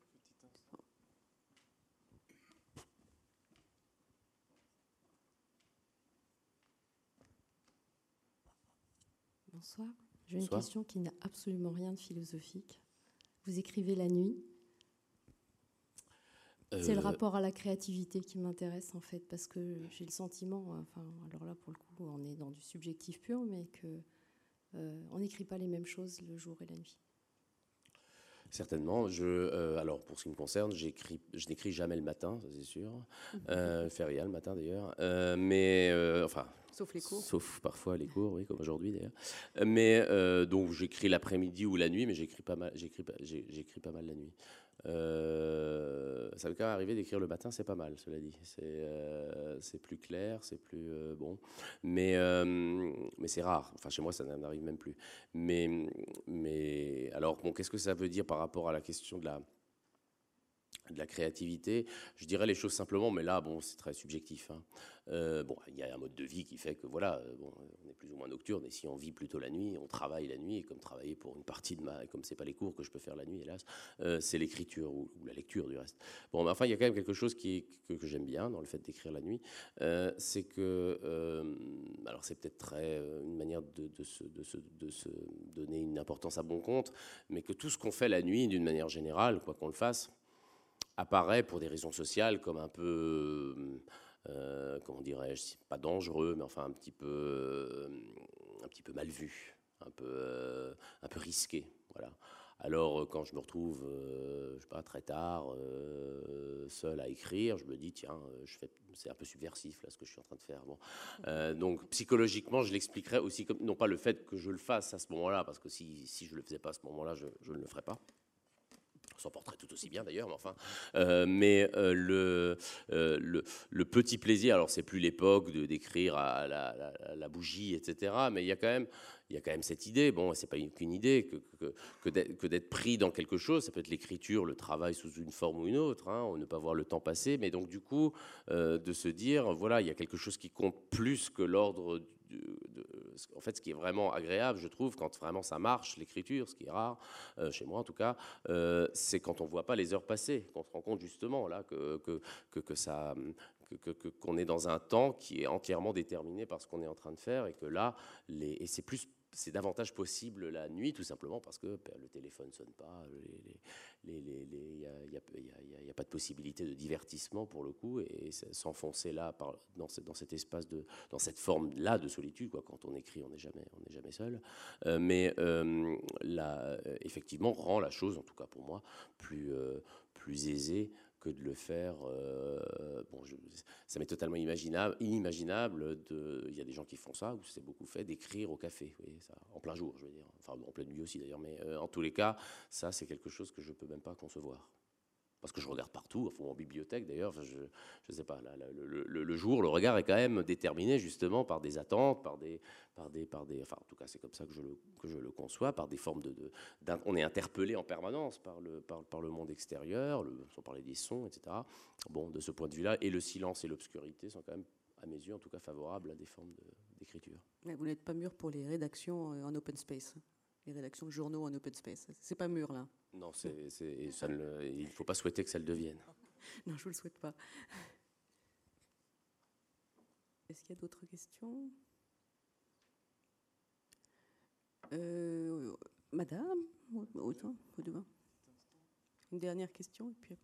Bonsoir. J'ai une Bonsoir. question qui n'a absolument rien de philosophique. Vous écrivez la nuit. Euh... C'est le rapport à la créativité qui m'intéresse en fait, parce que j'ai le sentiment, enfin, alors là pour le coup, on est dans du subjectif pur, mais que Euh, on n'écrit pas les mêmes choses le jour et la nuit. Certainement. Je, euh, alors, pour ce qui me concerne, j'écris, je n'écris jamais le matin, ça c'est sûr. Euh, fait rien le matin d'ailleurs. Euh, mais, euh, enfin. Sauf les cours. Sauf parfois les cours, oui, comme aujourd'hui d'ailleurs. Mais, euh, donc, j'écris l'après-midi ou la nuit, mais j'écris pas mal, j'écris, j'écris pas mal la nuit. Euh, ça m'est quand même arrivé d'écrire le matin, c'est pas mal, cela dit. C'est, euh, c'est plus clair, c'est plus euh, bon. Mais, euh, mais c'est rare. Enfin, chez moi, ça n'arrive même plus. Mais, mais alors, bon, qu'est-ce que ça veut dire par rapport à la question de la, de la créativité? Je dirais les choses simplement, mais là, bon, c'est très subjectif. Hein. Euh, bon, il y a un mode de vie qui fait que, voilà, bon, on est plus ou moins nocturne, et si on vit plutôt la nuit, on travaille la nuit, et comme travailler pour une partie de ma... Et comme c'est pas les cours que je peux faire la nuit, hélas, euh, c'est l'écriture, ou, ou la lecture, du reste. Bon, mais enfin, il y a quand même quelque chose qui est, que, que j'aime bien dans le fait d'écrire la nuit, euh, c'est que... Euh, alors, c'est peut-être très... une manière de, de, se, de, se, de se donner une importance à bon compte, mais que tout ce qu'on fait la nuit, d'une manière générale, quoi qu'on le fasse, apparaît pour des raisons sociales comme un peu, euh, comment dirais-je, pas dangereux, mais enfin un petit peu, euh, un petit peu mal vu, un peu, euh, un peu risqué, voilà. Alors quand je me retrouve, euh, je sais pas, très tard, euh, seul à écrire, je me dis tiens, je fais, c'est un peu subversif là ce que je suis en train de faire. Bon, euh, donc psychologiquement, je l'expliquerais aussi comme non pas le fait que je le fasse à ce moment-là, parce que si si je le faisais pas à ce moment-là, je, je ne le ferais pas. On s'en porterait tout aussi bien d'ailleurs, mais enfin. Euh, mais euh, le, euh, le, le petit plaisir, alors c'est plus l'époque de d'écrire à la, la, la bougie, et cetera. Mais il y a quand même, il y a quand même cette idée. Bon, c'est pas qu'une idée que que, que, d'être, que d'être pris dans quelque chose. Ça peut être l'écriture, le travail sous une forme ou une autre. Hein, on ne pas voir le temps passer. Mais donc du coup, euh, de se dire, voilà, il y a quelque chose qui compte plus que l'ordre. De, de, en fait, ce qui est vraiment agréable, je trouve, quand vraiment ça marche, l'écriture, ce qui est rare, euh, chez moi en tout cas, euh, c'est quand on ne voit pas les heures passer, qu'on se rend compte justement là que, que, que, que ça, que, que, qu'on est dans un temps qui est entièrement déterminé par ce qu'on est en train de faire, et que là, les, et c'est plus c'est davantage possible la nuit, tout simplement parce que le téléphone ne sonne pas, il n'y a, y a, y a, y a pas de possibilité de divertissement pour le coup, et s'enfoncer là, par, dans, ce, dans cet espace, de, dans cette forme-là de solitude, quoi. Quand on écrit, on n'est jamais, on n'est jamais seul, euh, mais euh, là, effectivement, rend la chose, en tout cas pour moi, plus, euh, plus aisée que de le faire. Euh, bon, je, ça m'est totalement imaginable, inimaginable. Il y a des gens qui font ça, ou c'est beaucoup fait, d'écrire au café, vous voyez, ça, en plein jour, je veux dire. Enfin, en pleine nuit aussi d'ailleurs, mais euh, en tous les cas, ça, c'est quelque chose que je ne peux même pas concevoir. Parce que je regarde partout, enfin, en bibliothèque d'ailleurs, enfin, je ne sais pas, là, là, le, le, le jour, le regard est quand même déterminé justement par des attentes, par des, par des, par des enfin en tout cas c'est comme ça que je le, que je le conçois, par des formes de, de on est interpellé en permanence par le, par, par le monde extérieur, le, sans parler des sons, et cetera. Bon, de ce point de vue-là, et le silence et l'obscurité sont quand même, à mes yeux en tout cas, favorables à des formes d'écriture. Vous n'êtes pas mûr pour les rédactions en open space, les rédactions de journaux en open space, c'est pas mûr là. Non, c'est, c'est, ça ne, il ne faut pas souhaiter que ça le devienne. Non, je ne le souhaite pas. Est-ce qu'il y a d'autres questions? euh, Madame, autant, au devant. Une dernière question et puis.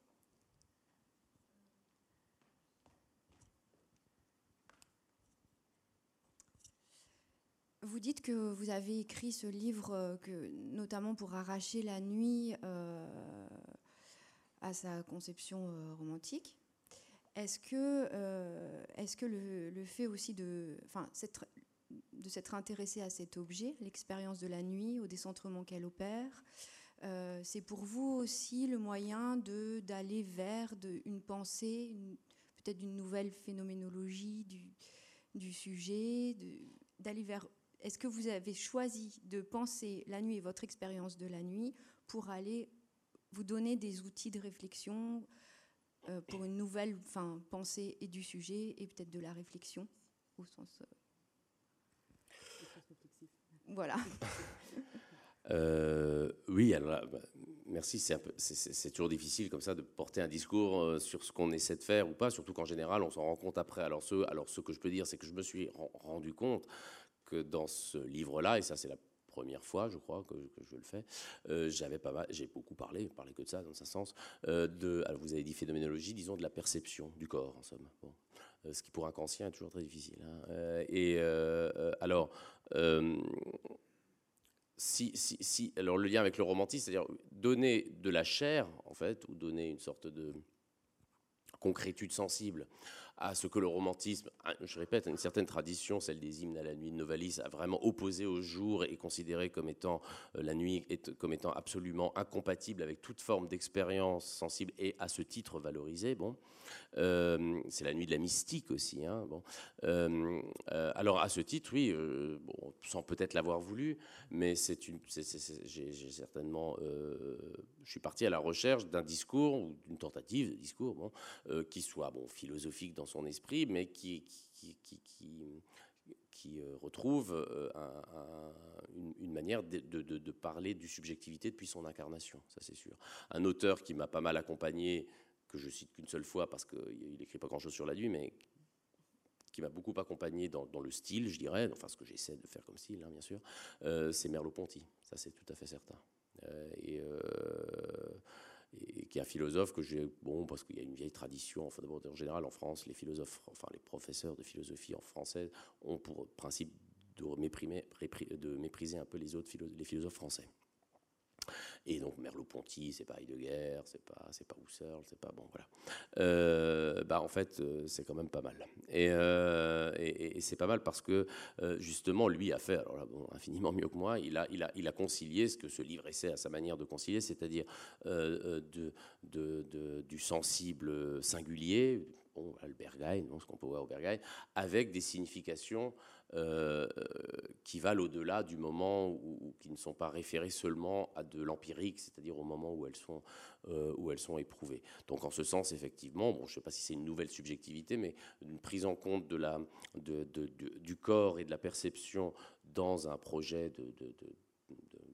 Vous dites que vous avez écrit ce livre que, notamment pour arracher la nuit euh, à sa conception euh, romantique. Est-ce que, euh, est-ce que le, le fait aussi de, enfin, cette, de s'être intéressé à cet objet, l'expérience de la nuit, au décentrement qu'elle opère, euh, c'est pour vous aussi le moyen de, d'aller vers de, une pensée, une, peut-être d'une nouvelle phénoménologie du, du sujet, de, d'aller vers... Est-ce que vous avez choisi de penser la nuit et votre expérience de la nuit pour aller vous donner des outils de réflexion euh, pour une nouvelle enfin, pensée et du sujet et peut-être de la réflexion au sens... Euh... Voilà. euh, oui, alors bah, merci. C'est, un peu, c'est, c'est toujours difficile comme ça de porter un discours sur ce qu'on essaie de faire ou pas, surtout qu'en général, on s'en rend compte après. Alors ce, alors, ce que je peux dire, c'est que je me suis rendu compte que dans ce livre-là, et ça c'est la première fois, je crois, que, que je le fais, euh, j'avais pas mal, j'ai beaucoup parlé, parlé que de ça, dans un sens, euh, de, alors vous avez dit phénoménologie, disons de la perception du corps, en somme. Bon. Euh, ce qui pour un conscient est toujours très difficile. Hein. Euh, et euh, alors, euh, si, si, si, alors le lien avec le romantisme, c'est-à-dire donner de la chair, en fait, ou donner une sorte de concrétude sensible à ce que le romantisme, je répète, une certaine tradition, celle des hymnes à la nuit de Novalis, a vraiment opposé au jour et considéré comme étant euh, la nuit est, comme étant absolument incompatible avec toute forme d'expérience sensible et à ce titre valorisée. Bon, euh, c'est la nuit de la mystique aussi. Hein, bon, euh, euh, alors à ce titre, oui, euh, bon, sans peut-être l'avoir voulu, mais c'est une, c'est, c'est, c'est, j'ai, j'ai certainement, euh, je suis parti à la recherche d'un discours ou d'une tentative de discours, bon, euh, qui soit bon philosophique dans son esprit, mais qui, qui, qui, qui, qui euh, retrouve euh, un, un, une, une manière de, de, de parler du subjectivité depuis son incarnation, ça c'est sûr. Un auteur qui m'a pas mal accompagné, que je cite qu'une seule fois parce qu'il n'écrit pas grand-chose sur la nuit, mais qui m'a beaucoup accompagné dans, dans le style, je dirais, enfin ce que j'essaie de faire comme style, hein, bien sûr, euh, c'est Merleau-Ponty, ça c'est tout à fait certain. Euh, et... Euh, et qui est un philosophe que j'ai, bon, parce qu'il y a une vieille tradition, enfin, d'abord, en général, en France, les philosophes, enfin, les professeurs de philosophie en français ont pour principe de, méprimer, de mépriser un peu les autres philosophes, les philosophes français. Et donc Merleau-Ponty, c'est pas Heidegger, c'est pas, c'est pas Husserl, c'est pas bon, voilà. Euh, bah en fait, euh, c'est quand même pas mal. Et, euh, et, et c'est pas mal parce que euh, justement, lui a fait, alors là, bon, infiniment mieux que moi. Il a, il a, il a concilié ce que ce livre essaie à sa manière de concilier, c'est-à-dire euh, de, de, de, du sensible singulier. Bon, Albergheim, ce qu'on peut voir au Bergheim, avec des significations euh, qui valent au-delà du moment où, où qui ne sont pas référées seulement à de l'empirique, c'est-à-dire au moment où elles sont euh, où elles sont éprouvées. Donc en ce sens, effectivement, bon, je ne sais pas si c'est une nouvelle subjectivité, mais une prise en compte de la de, de, de, du corps et de la perception dans un projet de, de, de De, de, de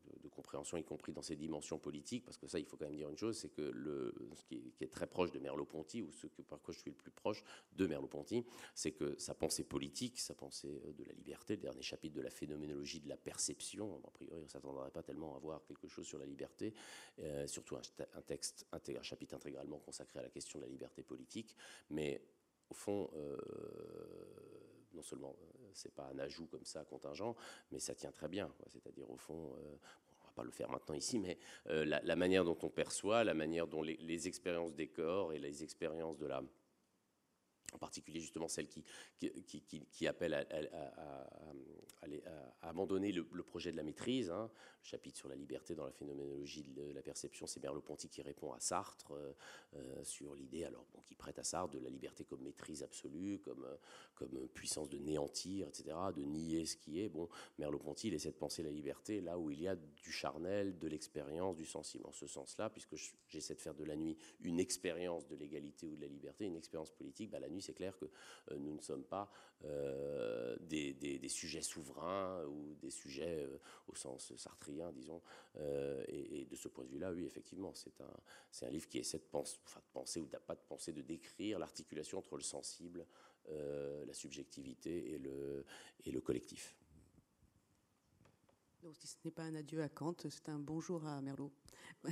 compréhension, y compris dans ses dimensions politiques, parce que ça, il faut quand même dire une chose, c'est que le, ce qui est, qui est très proche de Merleau-Ponty, ou ce que, par quoi je suis le plus proche de Merleau-Ponty, c'est que sa pensée politique, sa pensée de la liberté, le dernier chapitre de la phénoménologie de la perception, a priori on ne s'attendrait pas tellement à voir quelque chose sur la liberté, euh, surtout un, un texte, un chapitre intégralement consacré à la question de la liberté politique, mais au fond, euh, non seulement euh, c'est pas un ajout comme ça contingent, mais ça tient très bien, c'est-à-dire au fond, euh, on va pas le faire maintenant ici, mais euh, la, la manière dont on perçoit, la manière dont les, les expériences des corps et les expériences de la, en particulier justement celles qui, qui, qui, qui appellent à, à, à, à, à abandonner le, le projet de la maîtrise. Hein. Le chapitre sur la liberté dans la phénoménologie de la perception, c'est Merleau-Ponty qui répond à Sartre euh, sur l'idée, alors bon, qui prête à Sartre de la liberté comme maîtrise absolue, comme, comme puissance de néantir, et cetera, de nier ce qui est. Bon, Merleau-Ponty, il essaie de penser la liberté là où il y a du charnel, de l'expérience, du sensible. En ce sens-là, puisque j'essaie de faire de la nuit une expérience de l'égalité ou de la liberté, une expérience politique, bah, la nuit, c'est clair que euh, nous ne sommes pas euh, des, des, des sujets souverains ou des sujets euh, au sens sartrien, disons. Euh, et, et de ce point de vue-là, oui, effectivement, c'est un, c'est un livre qui essaie de, pense, enfin, de penser, ou de, pas de penser, de décrire l'articulation entre le sensible, euh, la subjectivité et le, et le collectif. Donc, si ce n'est pas un adieu à Kant, c'est un bonjour à Merleau. Voilà.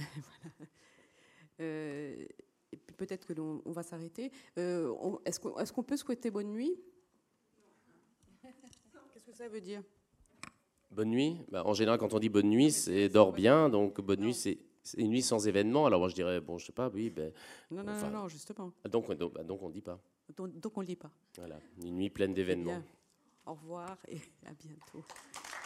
Euh, et puis peut-être que l'on on va s'arrêter. Euh, on, est-ce, qu'on, est-ce qu'on peut souhaiter bonne nuit ? Qu'est-ce que ça veut dire ? Bonne nuit. Bah, en général, quand on dit bonne nuit, c'est dors bien. Donc bonne nuit, c'est, c'est une nuit sans événement. Alors moi, je dirais, bon, je sais pas, oui. Ben, non, non, enfin, non, non, justement. Donc, donc, donc on ne dit pas. Donc, donc on ne lit pas. Voilà, une nuit pleine d'événements. Au revoir et à bientôt.